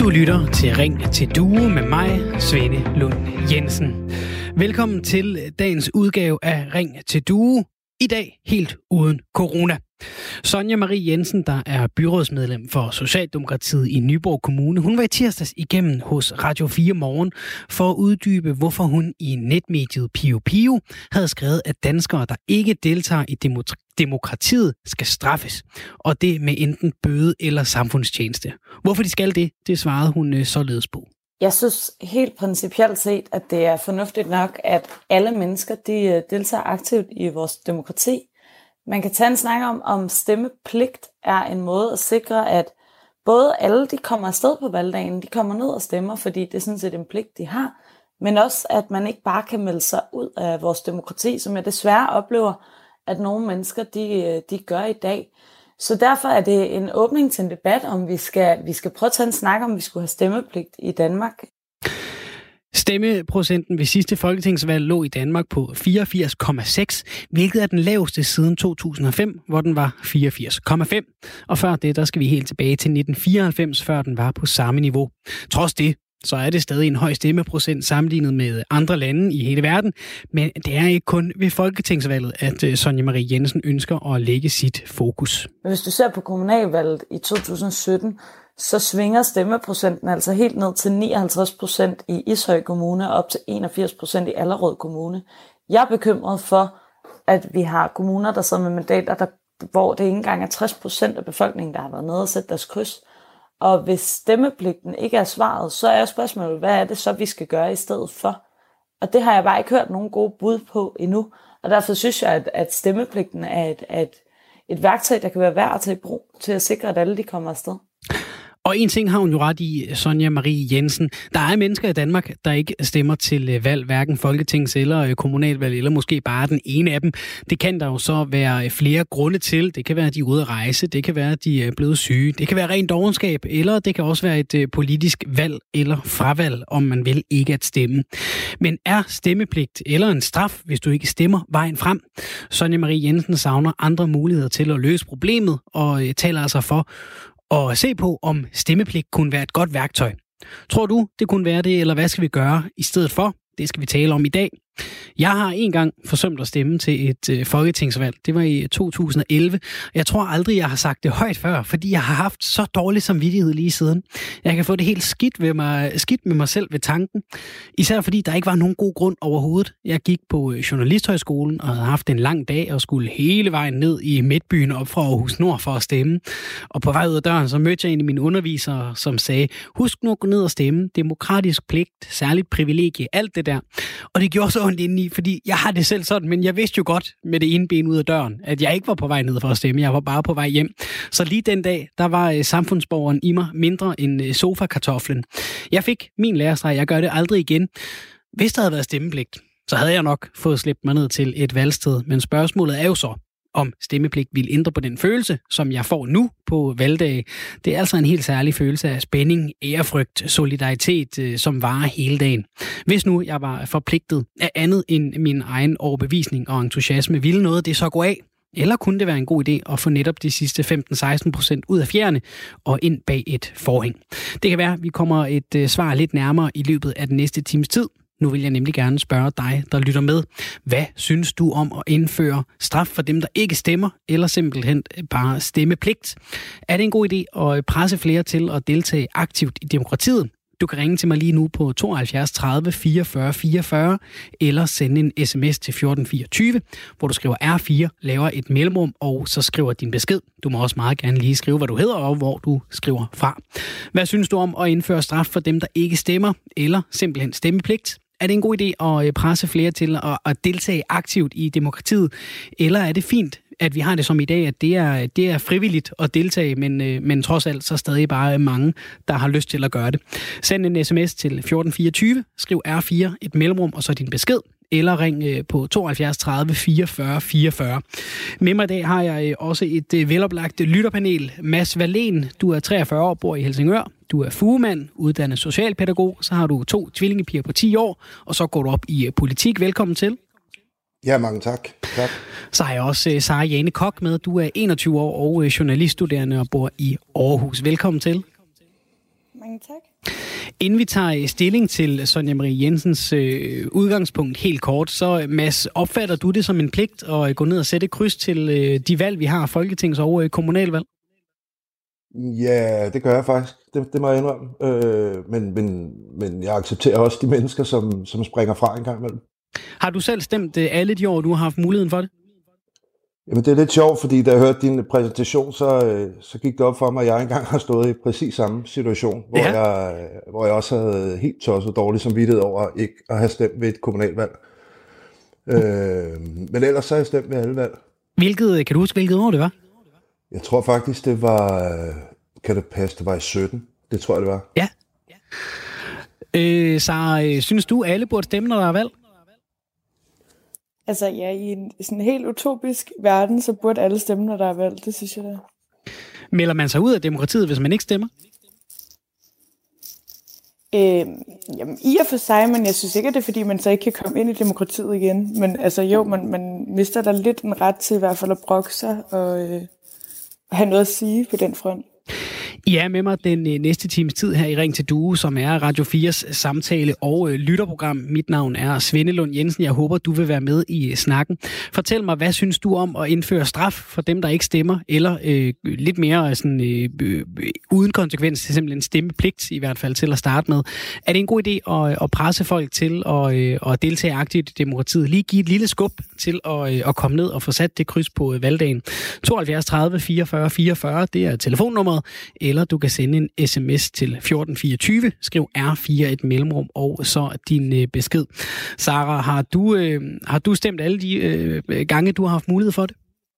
Du lytter til Ring til Due med mig, Svende Lund Jensen. Velkommen til dagens udgave af Ring til Due. I dag helt uden corona. Sonja Marie Jensen, der er byrådsmedlem for Socialdemokratiet i Nyborg Kommune, hun var i tirsdags igennem hos Radio 4 Morgen for at uddybe, hvorfor hun i netmediet Pio Pio havde skrevet, at danskere, der ikke deltager i demokratiet, skal straffes. Og det med enten bøde eller samfundstjeneste. Hvorfor de skal det, det svarede hun således på. Jeg synes helt principielt set, at det er fornuftigt nok, at alle mennesker de deltager aktivt i vores demokrati. Man kan tage en snak om stemmepligt er en måde at sikre, at både alle de kommer afsted på valgdagen, de kommer ned og stemmer, fordi det er sådan set en pligt, de har, men også at man ikke bare kan melde sig ud af vores demokrati, som jeg desværre oplever, at nogle mennesker de gør i dag. Så derfor er det en åbning til en debat, om vi skal prøve at tage en snak om, vi skulle have stemmepligt i Danmark. Stemmeprocenten ved sidste folketingsvalg lå i Danmark på 84,6, hvilket er den laveste siden 2005, hvor den var 84,5. Og før det, der skal vi helt tilbage til 1994, før den var på samme niveau. Trods det, så er det stadig en høj stemmeprocent sammenlignet med andre lande i hele verden. Men det er ikke kun ved folketingsvalget, at Sonja Marie Jensen ønsker at lægge sit fokus. Hvis du ser på kommunalvalget i 2017, så svinger stemmeprocenten altså helt ned til 59% i Ishøj Kommune og op til 81% i Allerød Kommune. Jeg er bekymret for, at vi har kommuner, der sidder med mandater, hvor det ikke engang er 60% af befolkningen, der har været nede og sætte deres kryds. Og hvis stemmepligten ikke er svaret, så er spørgsmålet, hvad er det så, vi skal gøre i stedet for? Og det har jeg bare ikke hørt nogen gode bud på endnu. Og derfor synes jeg, at stemmepligten er et værktøj, der kan være værd at tage i brug til at sikre, at alle de kommer afsted. Og en ting har hun jo ret i, Sonja Marie Jensen. Der er mennesker i Danmark, der ikke stemmer til valg, hverken folketings- eller kommunalvalg, eller måske bare den ene af dem. Det kan der jo så være flere grunde til. Det kan være, at de er ude at rejse, det kan være, at de er blevet syge, det kan være rent dovenskab, eller det kan også være et politisk valg eller fravalg, om man vil ikke at stemme. Men er stemmepligt eller en straf, hvis du ikke stemmer, vejen frem? Sonja Marie Jensen savner andre muligheder til at løse problemet, og taler altså for og se på, om stemmepligt kunne være et godt værktøj. Tror du, det kunne være det, eller hvad skal vi gøre i stedet for? Det skal vi tale om i dag. Jeg har en gang forsømt at stemme til et folketingsvalg. Det var i 2011. Jeg tror aldrig, jeg har sagt det højt før, fordi jeg har haft så dårlig samvittighed lige siden. Jeg kan få det helt skidt med mig selv ved tanken. Især fordi der ikke var nogen god grund overhovedet. Jeg gik på Journalisthøjskolen og havde haft en lang dag og skulle hele vejen ned i midtbyen op fra Aarhus Nord for at stemme. Og på vej ud af døren, så mødte jeg en af mine undervisere, som sagde, husk nu at gå ned og stemme. Demokratisk pligt, særligt privilegie, alt det der. Og det gjorde så ondt indeni, fordi jeg har det selv sådan, men jeg vidste jo godt med det ene ben ud af døren, at jeg ikke var på vej ned for at stemme, jeg var bare på vej hjem. Så lige den dag, der var samfundsborgeren i mig mindre end sofakartoflen. Jeg fik min lærestreg, jeg gør det aldrig igen. Hvis der havde været stemmepligt, så havde jeg nok fået slæbt mig ned til et valgsted, men spørgsmålet er jo så, om stemmepligt vil ændre på den følelse, som jeg får nu på valgdage. Det er altså en helt særlig følelse af spænding, ærefrygt, solidaritet, som varer hele dagen. Hvis nu jeg var forpligtet af andet end min egen overbevisning og entusiasme, ville noget af det så gå af? Eller kunne det være en god idé at få netop de sidste 15-16% ud af fjerne og ind bag et forhæng? Det kan være, at vi kommer et svar lidt nærmere i løbet af den næste times tid. Nu vil jeg nemlig gerne spørge dig, der lytter med. Hvad synes du om at indføre straf for dem, der ikke stemmer, eller simpelthen bare stemmepligt? Er det en god idé at presse flere til at deltage aktivt i demokratiet? Du kan ringe til mig lige nu på 72 30 44 44, eller sende en sms til 1424, hvor du skriver R4, laver et mellemrum, og så skriver din besked. Du må også meget gerne lige skrive, hvad du hedder, og hvor du skriver fra. Hvad synes du om at indføre straf for dem, der ikke stemmer, eller simpelthen stemmepligt? Er det en god idé at presse flere til at deltage aktivt i demokratiet, eller er det fint, at vi har det som i dag, at det er frivilligt at deltage, men trods alt så stadig bare mange, der har lyst til at gøre det. Send en sms til 1424, skriv R4, et mellemrum, og så din besked, eller ring på 72 30 44 44. Med mig i dag har jeg også et veloplagt lytterpanel. Mads Wallén, du er 43 år, bor i Helsingør. Du er fugemand, uddannet socialpædagog. Så har du 2 tvillingepiger på 10 år, og så går du op i politik. Velkommen til. Ja, mange tak. Så har jeg også Sara Jane Koch med. Du er 21 år og journaliststuderende og bor i Aarhus. Velkommen til. Mange tak. Inden vi tager stilling til Sonja Marie Jensens udgangspunkt helt kort, så Mads, opfatter du det som en pligt at gå ned og sætte kryds til de valg, vi har, folketings- og kommunalvalg? Ja, det gør jeg faktisk. Det må jeg indrømme. Men jeg accepterer også de mennesker, som springer fra en gang imellem. Har du selv stemt alle de år, du har haft muligheden for det? Jamen, det er lidt sjovt, fordi da jeg hørte din præsentation, så gik det op for mig, at jeg engang har stået i præcis samme situation, hvor jeg også havde helt tosset dårlig samvittighed over ikke at have stemt ved et kommunalvalg. Men ellers så har jeg stemt ved alle valg. Kan du huske, hvilket år det var? Jeg tror faktisk, det var... Kan det passe? Det var i 17. Det tror jeg, det var. Ja. Så synes du, alle burde stemme, når der er valg? Altså ja, i en sådan helt utopisk verden, så burde alle stemme, når der er valg. Det synes jeg da. Melder man sig ud af demokratiet, hvis man ikke stemmer? Jamen i og for sig, men jeg synes ikke, at det er, fordi man så ikke kan komme ind i demokratiet igen. Men altså jo, man mister der lidt en ret til i hvert fald at brokke sig og have noget at sige på den front. I er med mig den næste times tid her i Ring til Due, som er Radio 4's samtale- og lytterprogram. Mit navn er Svende Lund Jensen. Jeg håber, du vil være med i snakken. Fortæl mig, hvad synes du om at indføre straf for dem, der ikke stemmer, eller lidt mere sådan, uden konsekvens, simpelthen stemmepligt i hvert fald til at starte med. Er det en god idé at presse folk til at deltage aktivt i demokratiet? Lige give et lille skub til at komme ned og få sat det kryds på valgdagen. 72 30 44 44, det er telefonnummeret, eller du kan sende en sms til 1424, skriv R4 et mellemrum, og så din besked. Sara, har du stemt alle de gange, du har haft mulighed for det?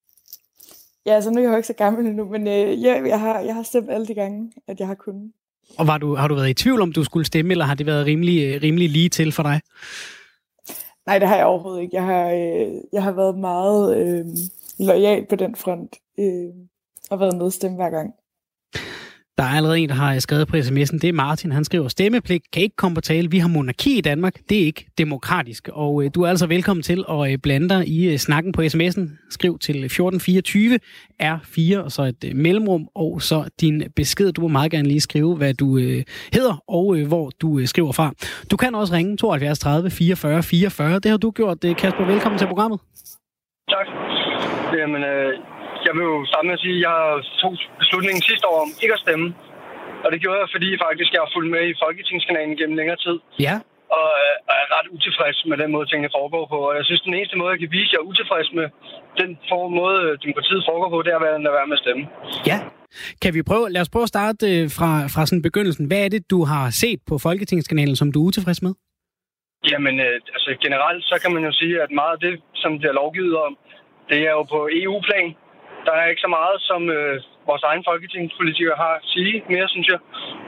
Ja, altså nu er jeg jo ikke så gammel endnu, men jeg har stemt alle de gange, at jeg har kunnet. Og har du været i tvivl om, du skulle stemme, eller har det været rimelig lige til for dig? Nej, det har jeg overhovedet ikke. Jeg har været meget loyal på den front, og været med at stemme hver gang. Der er allerede en, der har skrevet på sms'en. Det er Martin. Han skriver, stemmepligt kan ikke komme på tale. Vi har monarki i Danmark. Det er ikke demokratisk. Og du er altså velkommen til at blande dig i snakken på sms'en. Skriv til 1424 R4 og så et mellemrum og så din besked. Du må meget gerne lige skrive, hvad du hedder og hvor du skriver fra. Du kan også ringe 72 30 44 44. Det har du gjort, Kasper. Velkommen til programmet. Tak. Jamen, jeg vil jo starte med at sige, at jeg tog beslutningen sidste år om ikke at stemme. Og det gjorde jeg, fordi faktisk jeg har fulgt med i Folketingskanalen gennem længere tid. Ja. Og er ret utilfreds med den måde, tingene foregår på. Og jeg synes, den eneste måde, jeg kan vise, at jeg er utilfreds med den måde, demokratiet foregår på, det er at lade være med at stemme. Ja. Lad os prøve at starte fra sådan begyndelsen. Hvad er det, du har set på Folketingskanalen, som du er utilfreds med? Jamen, altså generelt, så kan man jo sige, at meget af det, som det er lovgivet om, det er jo på EU-plan. Der er ikke så meget, som vores egen folketingspolitikere har at sige mere, synes jeg.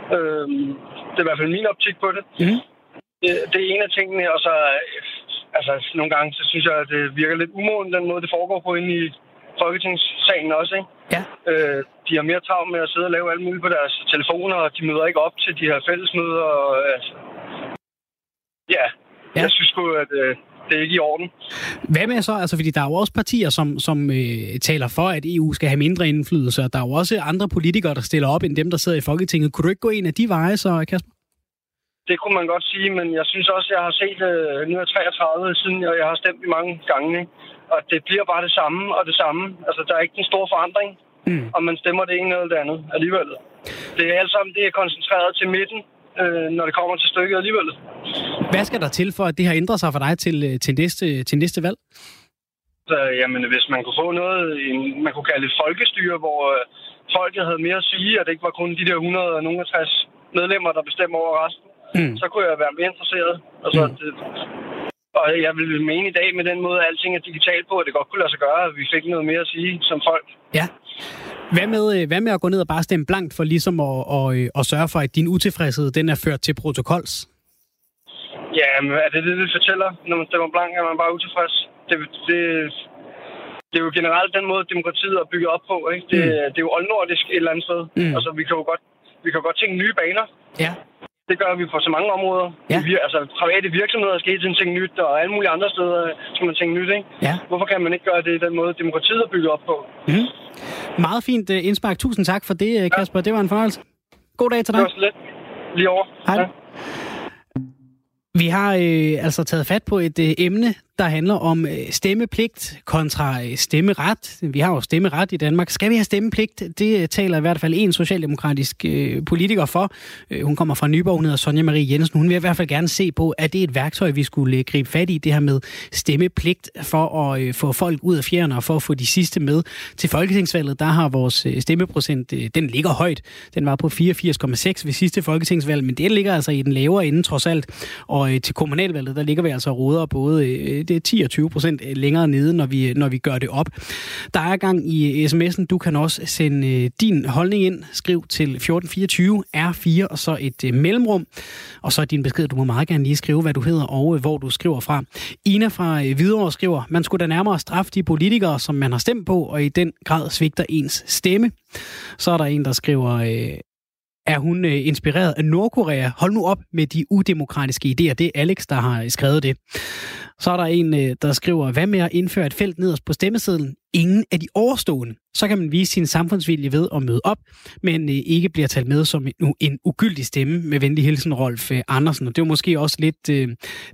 Det er i hvert fald min optik på det. Mm. Det er en af tingene, og så altså, nogle gange, så synes jeg, at det virker lidt umoden, den måde, det foregår på inde i Folketingssalen også, ikke? Ja. De har mere travlt med at sidde og lave alt muligt på deres telefoner, og de møder ikke op til de her fællesmøder, og altså... Ja. Jeg synes sgu, at... det er ikke i orden. Hvad med så? Altså, fordi der er jo også partier, som taler for, at EU skal have mindre indflydelse, og der er jo også andre politikere, der stiller op, end dem, der sidder i Folketinget. Kunne du ikke gå en af de veje, så Kasper? Det kunne man godt sige, men jeg synes også, at jeg har set nu er 33 siden, jeg har stemt i mange gange, ikke? Og det bliver bare det samme og det samme. Altså, der er ikke en stor forandring, om man stemmer det ene eller det andet alligevel. Det er alt sammen, det er koncentreret til midten, når det kommer til stykket alligevel. Hvad skal der til for, at det har ændret sig for dig til næste valg? Så, jamen, hvis man kunne få noget, man kunne kalde et folkestyre, hvor folket havde mere at sige, at det ikke var kun de der 160 medlemmer, der bestemmer over resten, så kunne jeg være mere interesseret. Altså, og jeg vil mene i dag med den måde, at alting er digitalt på, at det godt kunne lade sig gøre, at vi fik noget mere at sige som folk. Ja. Hvad med at gå ned og bare stemme blankt for ligesom at sørge for, at din utilfredshed, den er ført til protokols? Ja, men er det fortæller, når man stemmer blankt, er man bare utilfreds? Det er jo generelt den måde, demokratiet er bygget op på, ikke? Det er jo oldnordisk et eller andet sted. Altså, vi kan jo godt tænke nye baner. Ja. Det gør vi på så mange områder. Ja. Altså, private virksomheder skal hele tiden tænke nyt, og alle mulige andre steder skal man tænke nyt, ikke? Ja. Hvorfor kan man ikke gøre det den måde, demokratiet er bygget op på? Meget fint indspark. Tusind tak for det, Kasper. Det var en fornøjelse. God dag til dig. Det var så lidt. lige over. Hej. Ja. Vi har altså taget fat på et emne, der handler om stemmepligt kontra stemmeret. Vi har jo stemmeret i Danmark. Skal vi have stemmepligt? Det taler i hvert fald en socialdemokratisk politiker for. Hun kommer fra Nyborg, hun hedder Sonja Marie Jensen. Hun vil i hvert fald gerne se på, at det er et værktøj, vi skulle gribe fat i, det her med stemmepligt, for at få folk ud af fjerne og for at få de sidste med. Til folketingsvalget, der har vores stemmeprocent, den ligger højt. Den var på 84,6 ved sidste folketingsvalg, men det ligger altså i den lavere ende trods alt. Og til kommunalvalget, der ligger vi altså roder både det er 10-20% længere nede, når vi gør det op. Der er gang i sms'en. Du kan også sende din holdning ind. Skriv til 1424 R4 og så et mellemrum. Og så din besked. Du må meget gerne lige skrive, hvad du hedder og hvor du skriver fra. Ina fra Hvidovre skriver, man skulle da nærmere straffe de politikere, som man har stemt på, og i den grad svigter ens stemme. Så er der en, der skriver... Er hun inspireret af Nordkorea? Hold nu op med de udemokratiske idéer. Det er Alex, der har skrevet det. Så er der en, der skriver, hvad med at indføre et felt nederst på stemmesedlen? Ingen af de overstående. Så kan man vise sin samfundsvilje ved at møde op, men ikke bliver talt med som en ugyldig stemme. Med venlig hilsen, Rolf Andersen. Og det er måske også lidt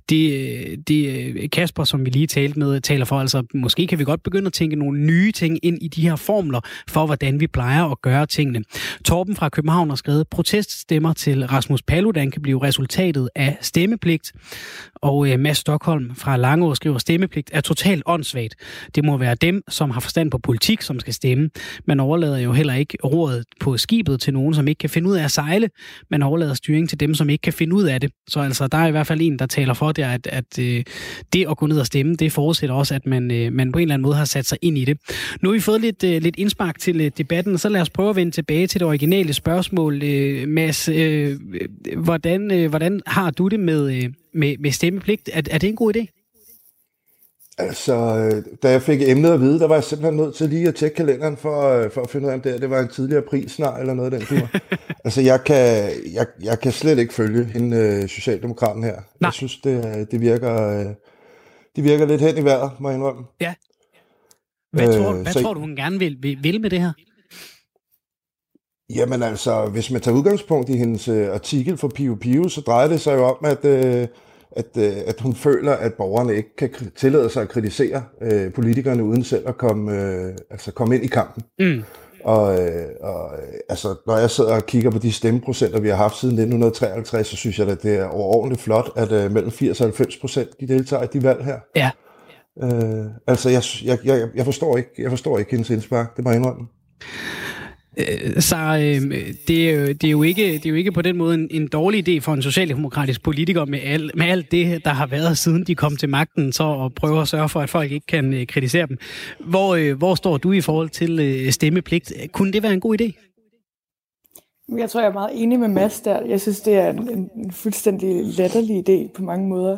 det Kasper, som vi lige talte med, taler for. Altså, måske kan vi godt begynde at tænke nogle nye ting ind i de her formler for, hvordan vi plejer at gøre tingene. Torben fra København har skrevet, proteststemmer til Rasmus Paludan kan blive resultatet af stemmepligt. Og Mads Stockholm fra Langå skriver, stemmepligt er totalt åndssvagt. Det må være dem, som har forstand på politik, som skal stemme. Man overlader jo heller ikke roret på skibet til nogen, som ikke kan finde ud af at sejle. Man overlader styring til dem, som ikke kan finde ud af det. Så altså, der er i hvert fald en, der taler for det, at det at gå ned og stemme, det forudsætter også, at man på en eller anden måde har sat sig ind i det. Nu har vi fået lidt indspark til debatten, så lad os prøve at vende tilbage til det originale spørgsmål. Mads, hvordan har du det med stemmepligt? Er det en god idé? Altså, da jeg fik emnet at vide, der var jeg simpelthen nødt til lige at tjekke kalenderen for at finde ud af, om det var en tidligere pris snart eller noget af den tur. Altså, jeg kan slet ikke følge hende socialdemokraten her. Nej. Jeg synes, det virker lidt hen i vejret, må jeg indrømme. Ja. Hvad tror du, hun gerne vil med det her? Jamen altså, hvis man tager udgangspunkt i hendes artikel for Pio Pio, så drejer det sig jo om, at hun føler, at borgerne ikke kan tillade sig at kritisere politikerne uden selv at komme ind i kampen. Mm. Og altså, når jeg sidder og kigger på de stemmeprocenter, vi har haft siden 1953, så synes jeg, at det er overordentligt flot, at mellem 80 og 90% de deltager i de valg her. Ja. Altså, jeg forstår ikke hendes indspark, det må jeg indrømme. Så det er jo ikke på den måde en dårlig idé for en socialdemokratisk politiker med alt det, der har været siden de kom til magten, så at prøve at sørge for, at folk ikke kan kritisere dem. Hvor står du i forhold til stemmepligt? Kunne det være en god idé? Jeg tror, jeg er meget enig med Mads der. Jeg synes, det er en fuldstændig latterlig idé på mange måder.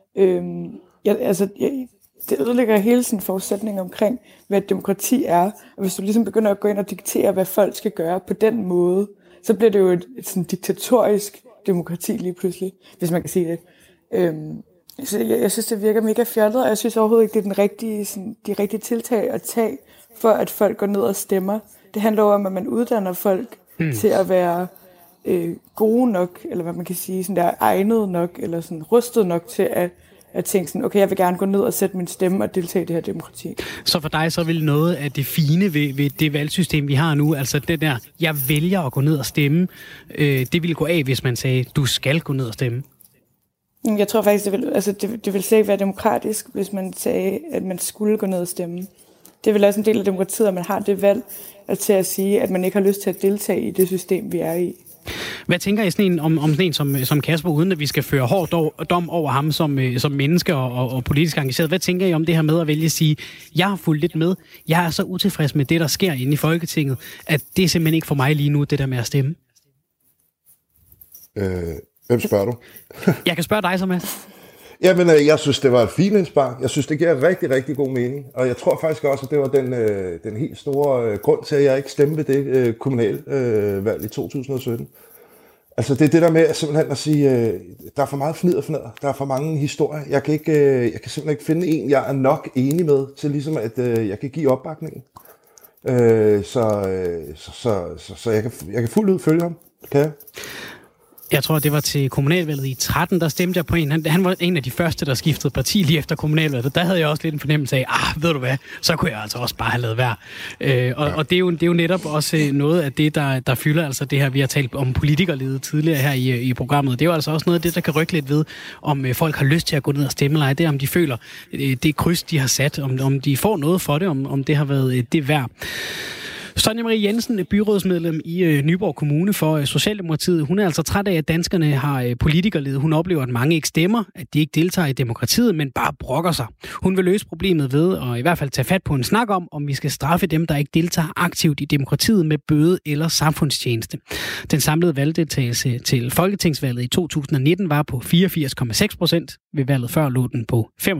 Det ødelægger hele sin forudsætning omkring, hvad et demokrati er. Og hvis du ligesom begynder at gå ind og diktere, hvad folk skal gøre på den måde, så bliver det jo et sådan diktatorisk demokrati lige pludselig, hvis man kan sige det. Så jeg synes, det virker mega fjollet, og jeg synes overhovedet ikke, det er de rigtige tiltag at tage, for at folk går ned og stemmer. Det handler jo om, at man uddanner folk til at være gode nok, eller hvad man kan sige, sådan der egnet nok, eller sådan rustet nok til at tænke sådan, okay, jeg vil gerne gå ned og sætte min stemme og deltage i det her demokrati. Så for dig så vil noget af det fine ved det valgsystem, vi har nu, altså det der, jeg vælger at gå ned og stemme, det ville gå af, hvis man sagde, du skal gå ned og stemme? Jeg tror faktisk, det vil slet ikke være demokratisk, hvis man sagde, at man skulle gå ned og stemme. Det vil også en del af demokratiet, at man har det valg til at sige, at man ikke har lyst til at deltage i det system, vi er i. Hvad tænker I sådan om sådan en som Kasper, uden at vi skal føre hård dom over ham som menneske og politisk engageret? Hvad tænker I om det her med at vælge at sige, jeg har fulgt lidt med, jeg er så utilfreds med det, der sker inde i Folketinget, at det er simpelthen ikke for mig lige nu, det der med at stemme? Hvem spørger du? Jeg kan spørge dig så, Mads. Jamen, jeg synes, det var et fint indspark. Jeg synes, det giver rigtig, rigtig god mening. Og jeg tror faktisk også, at det var den helt store grund til, at jeg ikke stemte ved det kommunalvalg i 2017. Altså, det er det der med simpelthen at sige, der er for meget fnidder. Der er for mange historier. Jeg kan simpelthen ikke finde en, jeg er nok enig med, til ligesom, at jeg kan give opbakningen. Så jeg kan fuldt ud følge ham. Kan jeg? Jeg tror, det var til kommunalvalget i 13, der stemte jeg på en. Han var en af de første, der skiftede parti lige efter kommunalvalget. Der havde jeg også lidt en fornemmelse af, ved du hvad, så kunne jeg altså også bare have lavet være. Og det er jo netop også noget af det, der fylder altså det her, vi har talt om politikerlede tidligere her i programmet. Det er jo altså også noget af det, der kan rykke lidt ved, om folk har lyst til at gå ned og stemme eller ej. Det er, om de føler det kryds, de har sat, om de får noget for det, om det har været det værd. Sonja Marie Jensen, byrådsmedlem i Nyborg Kommune for Socialdemokratiet. Hun er altså træt af, at danskerne har politikerlede. Hun oplever, at mange ikke stemmer, at de ikke deltager i demokratiet, men bare brokker sig. Hun vil løse problemet ved at i hvert fald tage fat på en snak om vi skal straffe dem, der ikke deltager aktivt i demokratiet med bøde eller samfundstjeneste. Den samlede valgdeltagelse til folketingsvalget i 2019 var på 84,6%. Ved valget før lå den på 85,8%.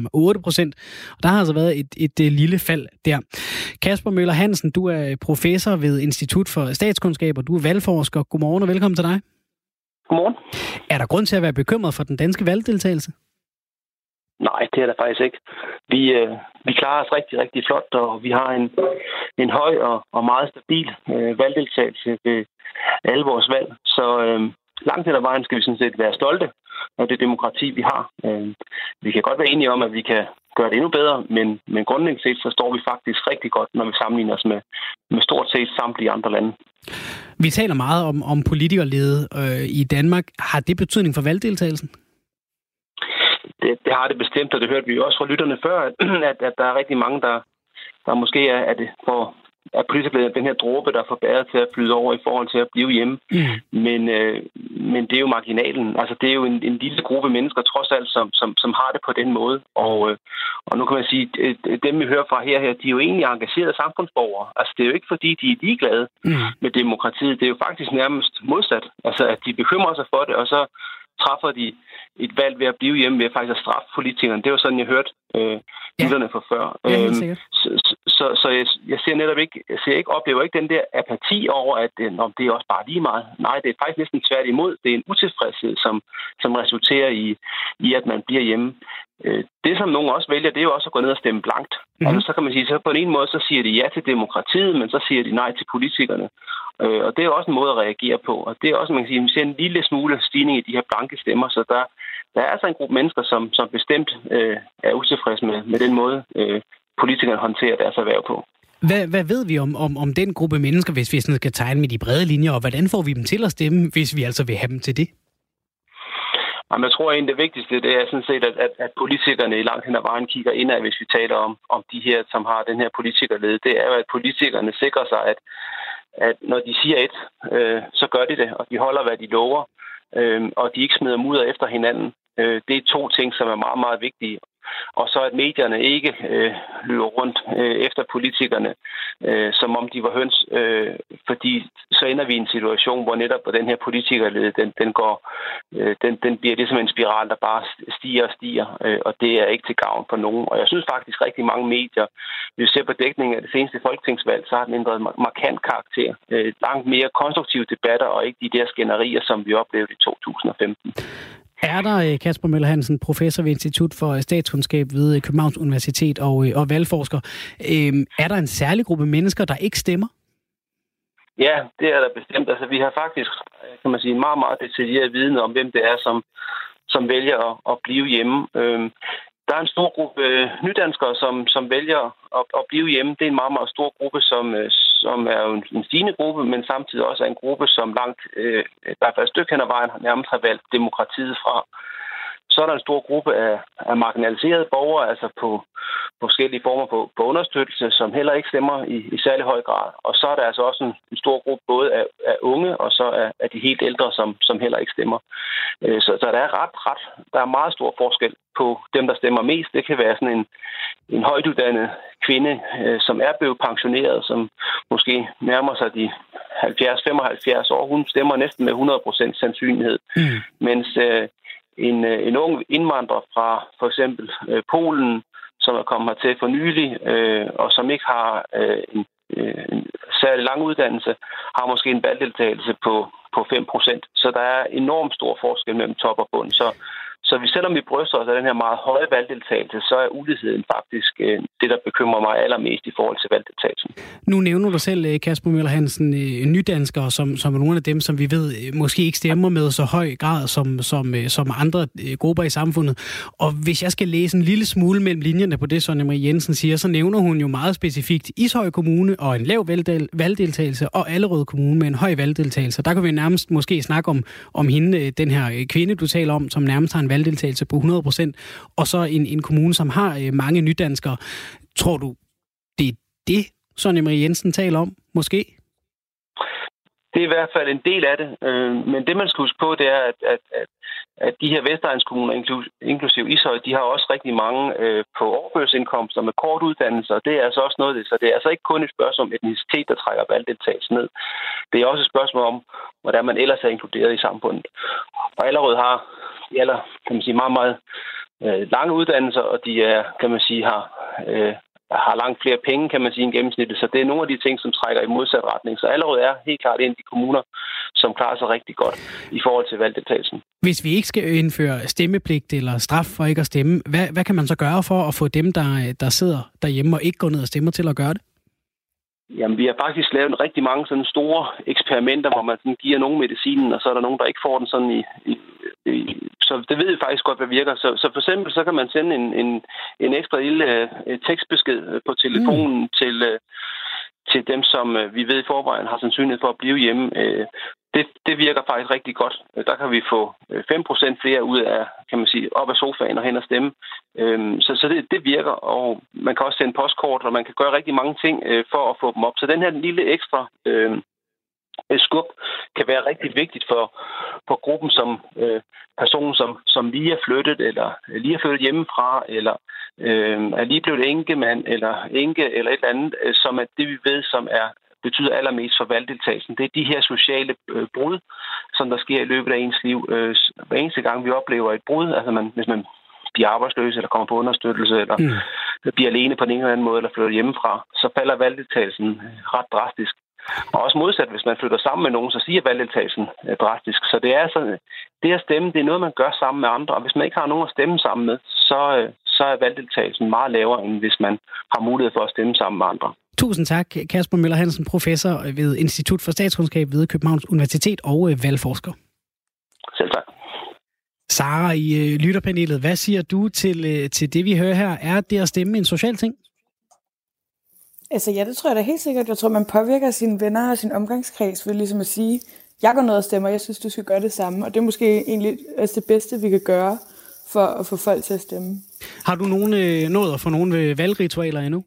Og der har altså været et lille fald der. Kasper Møller Hansen, du er professor ved Institut for Statskundskab, og du er valgforsker. Godmorgen og velkommen til dig. Godmorgen. Er der grund til at være bekymret for den danske valgdeltagelse? Nej, det er der faktisk ikke. Vi klarer os rigtig, rigtig flot, og vi har en høj og meget stabil valgdeltagelse ved alle vores valg. Så langt hen ad vejen skal vi sådan set være stolte af det demokrati, vi har. Vi kan godt være enige om, at vi kan gøre det endnu bedre, men grundlæggende set, så står vi faktisk rigtig godt, når vi sammenligner os med stort set samtlige andre lande. Vi taler meget om politikerlede i Danmark. Har det betydning for valgdeltagelsen? Det har det bestemt, og det hørte vi jo også fra lytterne før, at der er rigtig mange, der måske er det for at politikerne den her dråbe, der får bæret til at flyde over i forhold til at blive hjemme. Men det er jo marginalen. Altså, det er jo en lille gruppe mennesker, trods alt, som har det på den måde. Og nu kan man sige, dem vi hører fra her, de er jo egentlig engagerede samfundsborgere. Altså, det er jo ikke fordi, de er ligeglade med demokratiet. Det er jo faktisk nærmest modsat. Altså, at de bekymrer sig for det, og så træffer de et valg ved at blive hjemme ved faktisk at straffe politikerne. Det var sådan, jeg hørte lytterne for før. Så jeg ser netop ikke, oplever ikke den der apati over, at det er også bare lige meget. Nej, det er faktisk næsten tværtimod. Det er en utilfredshed, som resulterer i, at man bliver hjemme. Det, som nogen også vælger, det er jo også at gå ned og stemme blankt. Altså, så kan man sige, så på en måde, så siger de ja til demokratiet, men så siger de nej til politikerne. Og det er også en måde at reagere på. Og det er også, man kan sige, vi ser en lille smule stigning i de her blanke stemmer, så der er altså en gruppe mennesker, som bestemt er utilfredse med den måde, politikerne håndterer deres erhverv på. Hvad ved vi om den gruppe mennesker, hvis vi sådan skal tegne med de brede linjer, og hvordan får vi dem til at stemme, hvis vi altså vil have dem til det? Jamen, jeg tror egentlig det vigtigste, det er sådan set, at politikerne i langt hen ad vejen kigger indad, hvis vi taler om de her, som har den her politikerlede. Det er jo, at politikerne sikrer sig, at når de siger et, så gør de det, og de holder, hvad de lover, og de ikke smider mudder efter hinanden. Det er to ting, som er meget, meget vigtige. Og så at medierne ikke løber rundt efter politikerne, som om de var høns, fordi så ender vi i en situation, hvor netop den her politikerlede, den bliver ligesom en spiral, der bare stiger og stiger, og det er ikke til gavn for nogen. Og jeg synes faktisk rigtig mange medier, hvis vi ser på dækningen af det seneste folketingsvalg, så har den ændret markant karakter. Langt mere konstruktive debatter, og ikke de der skænderier, som vi oplevede i 2015. Er der, Kasper Møller Hansen, professor ved Institut for Statskundskab ved Københavns Universitet og valgforsker, er der en særlig gruppe mennesker, der ikke stemmer? Ja, det er der bestemt. Altså, vi har faktisk, kan man sige, en meget, meget detaljeret viden om, hvem det er, som vælger at blive hjemme. Der er en stor gruppe nydanskere, som vælger at blive hjemme. Det er en meget, meget stor gruppe, som er jo en stigende gruppe, men samtidig også er en gruppe, som langt, i hvert fald et stykke hen ad vejen, nærmest har valgt demokratiet fra. Så er der en stor gruppe af marginaliserede borgere, altså på forskellige former på understøttelse, som heller ikke stemmer i særlig høj grad. Og så er der altså også en stor gruppe både af unge, og så af de helt ældre, som heller ikke stemmer. Så der er der er meget stor forskel på dem, der stemmer mest. Det kan være sådan en højtuddannet kvinde, som er blevet pensioneret, som måske nærmer sig de 70-75 år. Hun stemmer næsten med 100% sandsynlighed. Mens en ung indvandrer fra for eksempel Polen, som er kommet hertil for nylig, og som ikke har en særlig lang uddannelse, har måske en valgdeltagelse på 5%. Så der er enormt stor forskel mellem top og bund. Så selvom vi bryster os af den her meget høje valgdeltagelse, så er uligheden faktisk det, der bekymrer mig allermest i forhold til valgdeltagelsen. Nu nævner du selv, Kasper Møller Hansen, nydanskere, som er nogle af dem, som vi ved måske ikke stemmer med så høj grad som andre grupper i samfundet. Og hvis jeg skal læse en lille smule mellem linjerne på det, Sonja Marie Jensen siger, så nævner hun jo meget specifikt Ishøj Kommune og en lav valgdeltagelse, og Allerød Kommune med en høj valgdeltagelse. Der kan vi nærmest måske snakke om hende, den her kvinde, du taler om, som nærmest har en valgdeltagelse på 100%, og så en kommune, som har mange nydanskere. Tror du, det er det, Sonja Marie Jensen taler om, måske? Det er i hvert fald en del af det. Men det, man skal huske på, det er, at de her vestegnskommuner, inklusive Ishøj, de har også rigtig mange på overførselsindkomster med kort uddannelse, og det er altså også noget af det. Så det er altså ikke kun et spørgsmål om etnicitet, der trækker valgdeltagelse ned. Det er også et spørgsmål om, hvordan man ellers er inkluderet i samfundet. Og Allerød har kan man sige, meget, meget lange uddannelser, og de er, kan man sige, har langt flere penge, kan man sige, end gennemsnittet. Så det er nogle af de ting, som trækker i modsat retning. Så Allerød er helt klart en af de kommuner, som klarer sig rigtig godt i forhold til valgdeltagelsen. Hvis vi ikke skal indføre stemmepligt eller straf for ikke at stemme, hvad kan man så gøre for at få dem, der sidder derhjemme og ikke går ned og stemmer, til at gøre det? Jamen, vi har faktisk lavet rigtig mange sådan store eksperimenter, hvor man sådan giver nogen medicinen, og så er der nogen, der ikke får den sådan så det ved vi faktisk godt, hvad virker. Så for eksempel, så kan man sende en ekstra lille tekstbesked på telefonen til dem, som vi ved i forvejen har sandsynlighed for at blive hjemme. Det virker faktisk rigtig godt. Der kan vi få 5% flere ud af, kan man sige, op af sofaen og hen og stemme. Så det virker, og man kan også sende postkort, og man kan gøre rigtig mange ting for at få dem op. Så den her lille ekstra skub kan være rigtig vigtigt for gruppen som person, som lige er flyttet, eller lige er flyttet hjemmefra, eller er lige blevet enkemand, eller enke, eller et eller andet, som er det, vi ved, som betyder allermest for valgdeltagelsen. Det er de her sociale brud, som der sker i løbet af ens liv. Hver eneste gang, vi oplever et brud, altså hvis man bliver arbejdsløs, eller kommer på understøttelse, eller bliver alene på en eller anden måde, eller flytter hjemmefra, så falder valgdeltagelsen ret drastisk. Og også modsat, hvis man flytter sammen med nogen, så siger valgdeltagelsen drastisk. Så det er sådan, det at stemme, det er noget, man gør sammen med andre. Og hvis man ikke har nogen at stemme sammen med, så er valgdeltagelsen meget lavere, end hvis man har mulighed for at stemme sammen med andre. Tusind tak, Kasper Møller Hansen, professor ved Institut for Statskundskab ved Københavns Universitet og valgforsker. Selv tak. Sara i lytterpanelet, hvad siger du til det, vi hører her? Er det at stemme en social ting? Altså ja, det tror jeg da helt sikkert. Jeg tror, man påvirker sine venner og sin omgangskreds ved ligesom at sige, jeg går ned og stemmer, jeg synes, du skal gøre det samme. Og det er måske egentlig det bedste, vi kan gøre for at få folk til at stemme. Har du nået at få nogle valgritualer endnu?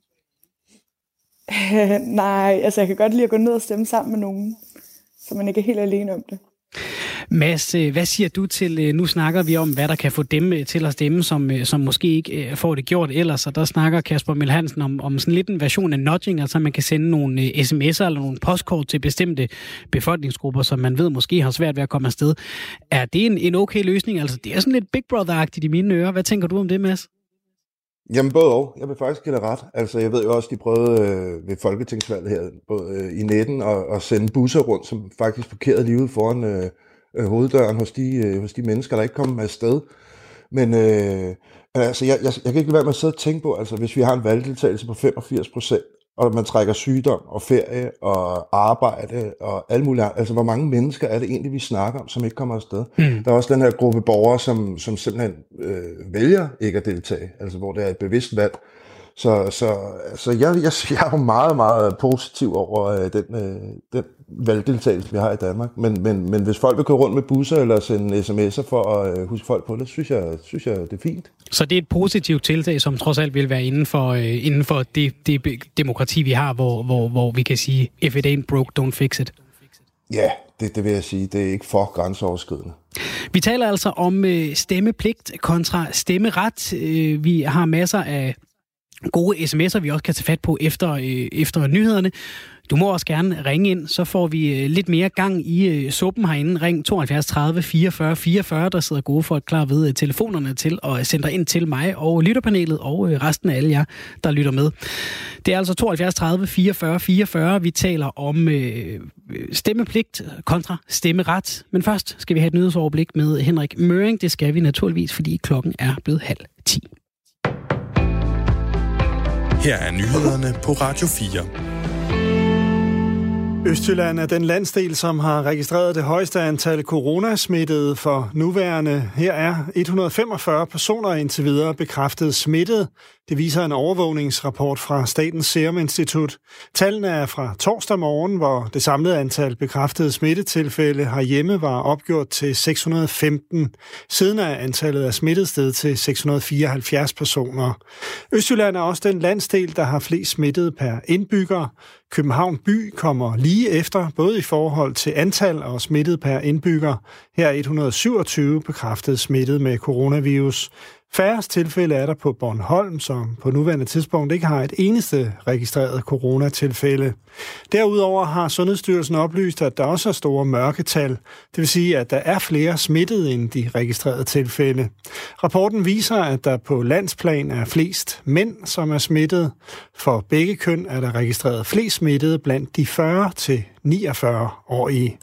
Nej, altså jeg kan godt lide at gå ned og stemme sammen med nogen, så man ikke er helt alene om det. Mads, hvad siger du til, nu snakker vi om, hvad der kan få dem til at stemme, som måske ikke får det gjort ellers, og der snakker Kasper Møller Hansen om sådan lidt en version af nudging, altså man kan sende nogle sms'er eller nogle postkort til bestemte befolkningsgrupper, som man ved måske har svært ved at komme afsted. Er det en okay løsning? Altså det er sådan lidt Big Brother-agtigt i mine ører. Hvad tænker du om det, Mads? Jamen både og. Jeg vil faktisk give dig ret. Altså jeg ved jo også, de prøvede ved folketingsvalget her i 19 at sende busser rundt, som faktisk parkerede lige ude foran hoveddøren hos de mennesker, der ikke kom afsted. Men altså jeg kan ikke lade være med at sidde og tænke på, altså hvis vi har en valgdeltagelse på 85%, og man trækker sygdom og ferie og arbejde og alt muligt, altså hvor mange mennesker er det egentlig, vi snakker om, som ikke kommer afsted? Der er også den her gruppe borgere, som simpelthen vælger ikke at deltage, altså hvor det er et bevidst valg. Så jeg er jo meget, meget positiv over den valgdeltagelse, vi har i Danmark. Men hvis folk vil gå rundt med busser eller sende sms'er for at huske folk på det, synes jeg, det er fint. Så det er et positivt tiltag, som trods alt vil være inden for det demokrati, vi har, hvor vi kan sige, if it ain't broke, don't fix it. Ja, det vil jeg sige. Det er ikke for grænseoverskridende. Vi taler altså om stemmepligt kontra stemmeret. Vi har masser af gode sms'er, vi også kan tage fat på efter nyhederne. Du må også gerne ringe ind, så får vi lidt mere gang i suppen herinde. Ring 72 30 44 44. Der sidder gode folk klar ved telefonerne til at sende dig ind til mig og lytterpanelet og resten af alle jer, der lytter med. Det er altså 72 30 44 44. Vi taler om stemmepligt kontra stemmeret. Men først skal vi have et nyhedsoverblik med Henrik Møring. Det skal vi naturligvis, fordi klokken er blevet 9:30. Her er nyhederne på Radio 4. Østjylland er den landsdel, som har registreret det højeste antal coronasmittede for nuværende. Her er 145 personer indtil videre bekræftet smittet. Det viser en overvågningsrapport fra Statens Serum Institut. Tallene er fra torsdag morgen, hvor det samlede antal bekræftede smittetilfælde herhjemme var opgjort til 615. Siden er antallet af smittet steget til 674 personer. Østjylland er også den landsdel, der har flest smittede per indbygger. København by kommer lige efter, både i forhold til antal og smittet per indbygger. Her er 127 bekræftet smittet med coronavirus. Færrest tilfælde er der på Bornholm, som på nuværende tidspunkt ikke har et eneste registreret coronatilfælde. Derudover har Sundhedsstyrelsen oplyst, at der også er store mørketal. Det vil sige, at der er flere smittede end de registrerede tilfælde. Rapporten viser, at der på landsplan er flest mænd, som er smittet. For begge køn er der registreret flest smittede blandt de 40-49-årige.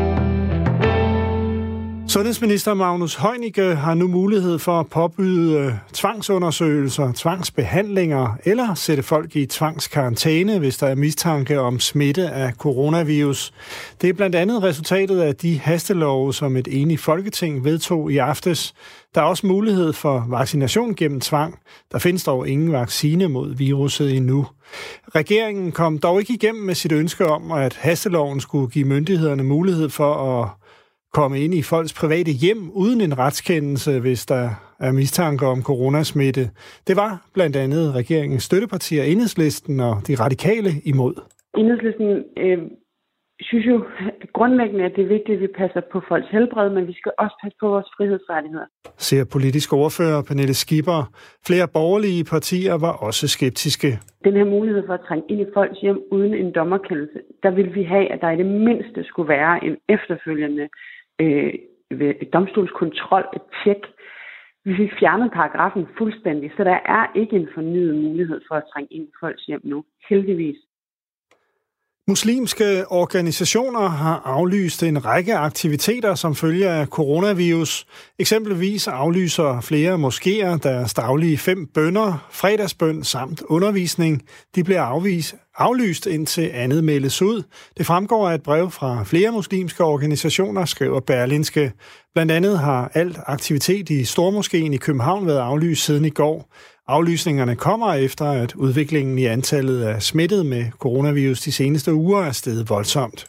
Sundhedsminister Magnus Heunicke har nu mulighed for at påbyde tvangsundersøgelser, tvangsbehandlinger eller sætte folk i tvangskarantæne, hvis der er mistanke om smitte af coronavirus. Det er blandt andet resultatet af de hastelove, som et enigt Folketing vedtog i aftes. Der er også mulighed for vaccination gennem tvang. Der findes dog ingen vaccine mod viruset endnu. Regeringen kom dog ikke igennem med sit ønske om, at hasteloven skulle give myndighederne mulighed for at komme ind i folks private hjem uden en retskendelse, hvis der er mistanke om coronasmitte. Det var blandt andet regeringens støttepartier, Enhedslisten og de radikale imod. Enhedslisten synes jo grundlæggende, at det er vigtigt, at vi passer på folks helbred, men vi skal også passe på vores frihedsrettigheder. Siger politisk ordfører Pernille Skipper. Flere borgerlige partier var også skeptiske. Den her mulighed for at trænge ind i folks hjem uden en dommerkendelse, der vil vi have, at der i det mindste skulle være en efterfølgende domstolskontrol, et tjek. Vi fik fjernet paragrafen fuldstændig, så der er ikke en fornyet mulighed for at trænge ind i folks hjem nu, heldigvis. Muslimske organisationer har aflyst en række aktiviteter som følge af coronavirus. Eksempelvis aflyser flere moskéer deres daglige 5 bønner, fredagsbøn samt undervisning. De bliver aflyst indtil andet meldes ud. Det fremgår af et brev fra flere muslimske organisationer, skriver Berlingske. Blandt andet har alt aktivitet i Stormoskeen i København været aflyst siden i går. Aflysningerne kommer efter, at udviklingen i antallet af smittede med coronavirus de seneste uger er steget voldsomt.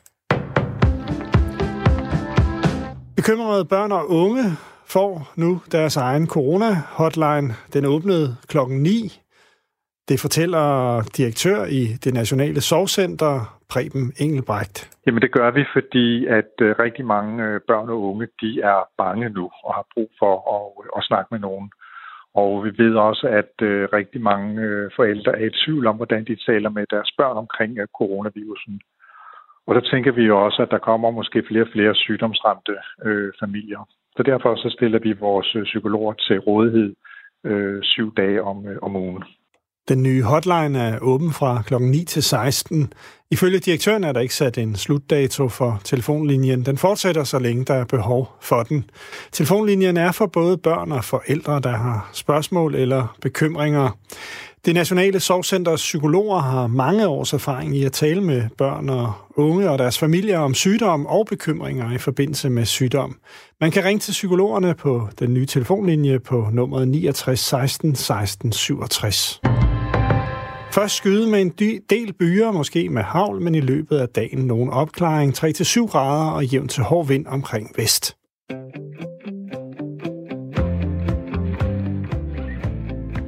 Bekymrede børn og unge får nu deres egen corona-hotline. Den åbnede klokken 9. Det fortæller direktør i det Nationale Sorgcenter, Preben Engelbrecht. Jamen det gør vi, fordi at rigtig mange børn og unge, de er bange nu og har brug for at snakke med nogen. Og vi ved også, at rigtig mange forældre er i tvivl om, hvordan de taler med deres børn omkring coronavirusen. Og der tænker vi jo også, at der kommer måske flere og flere sygdomsramte familier. Så derfor så stiller vi vores psykologer til rådighed 7 dage om ugen. Den nye hotline er åben fra kl. 9 til 16. Ifølge direktøren er der ikke sat en slutdato for telefonlinjen. Den fortsætter, så længe der er behov for den. Telefonlinjen er for både børn og forældre, der har spørgsmål eller bekymringer. Det Nationale Sorgcenters psykologer har mange års erfaring i at tale med børn og unge og deres familier om sygdom og bekymringer i forbindelse med sygdom. Man kan ringe til psykologerne på den nye telefonlinje på nummeret 69 16 16 67. Først skyde med en del byer, måske med hagl, men i løbet af dagen nogen opklaring, 3-7 grader og jævn til hård vind omkring vest. Du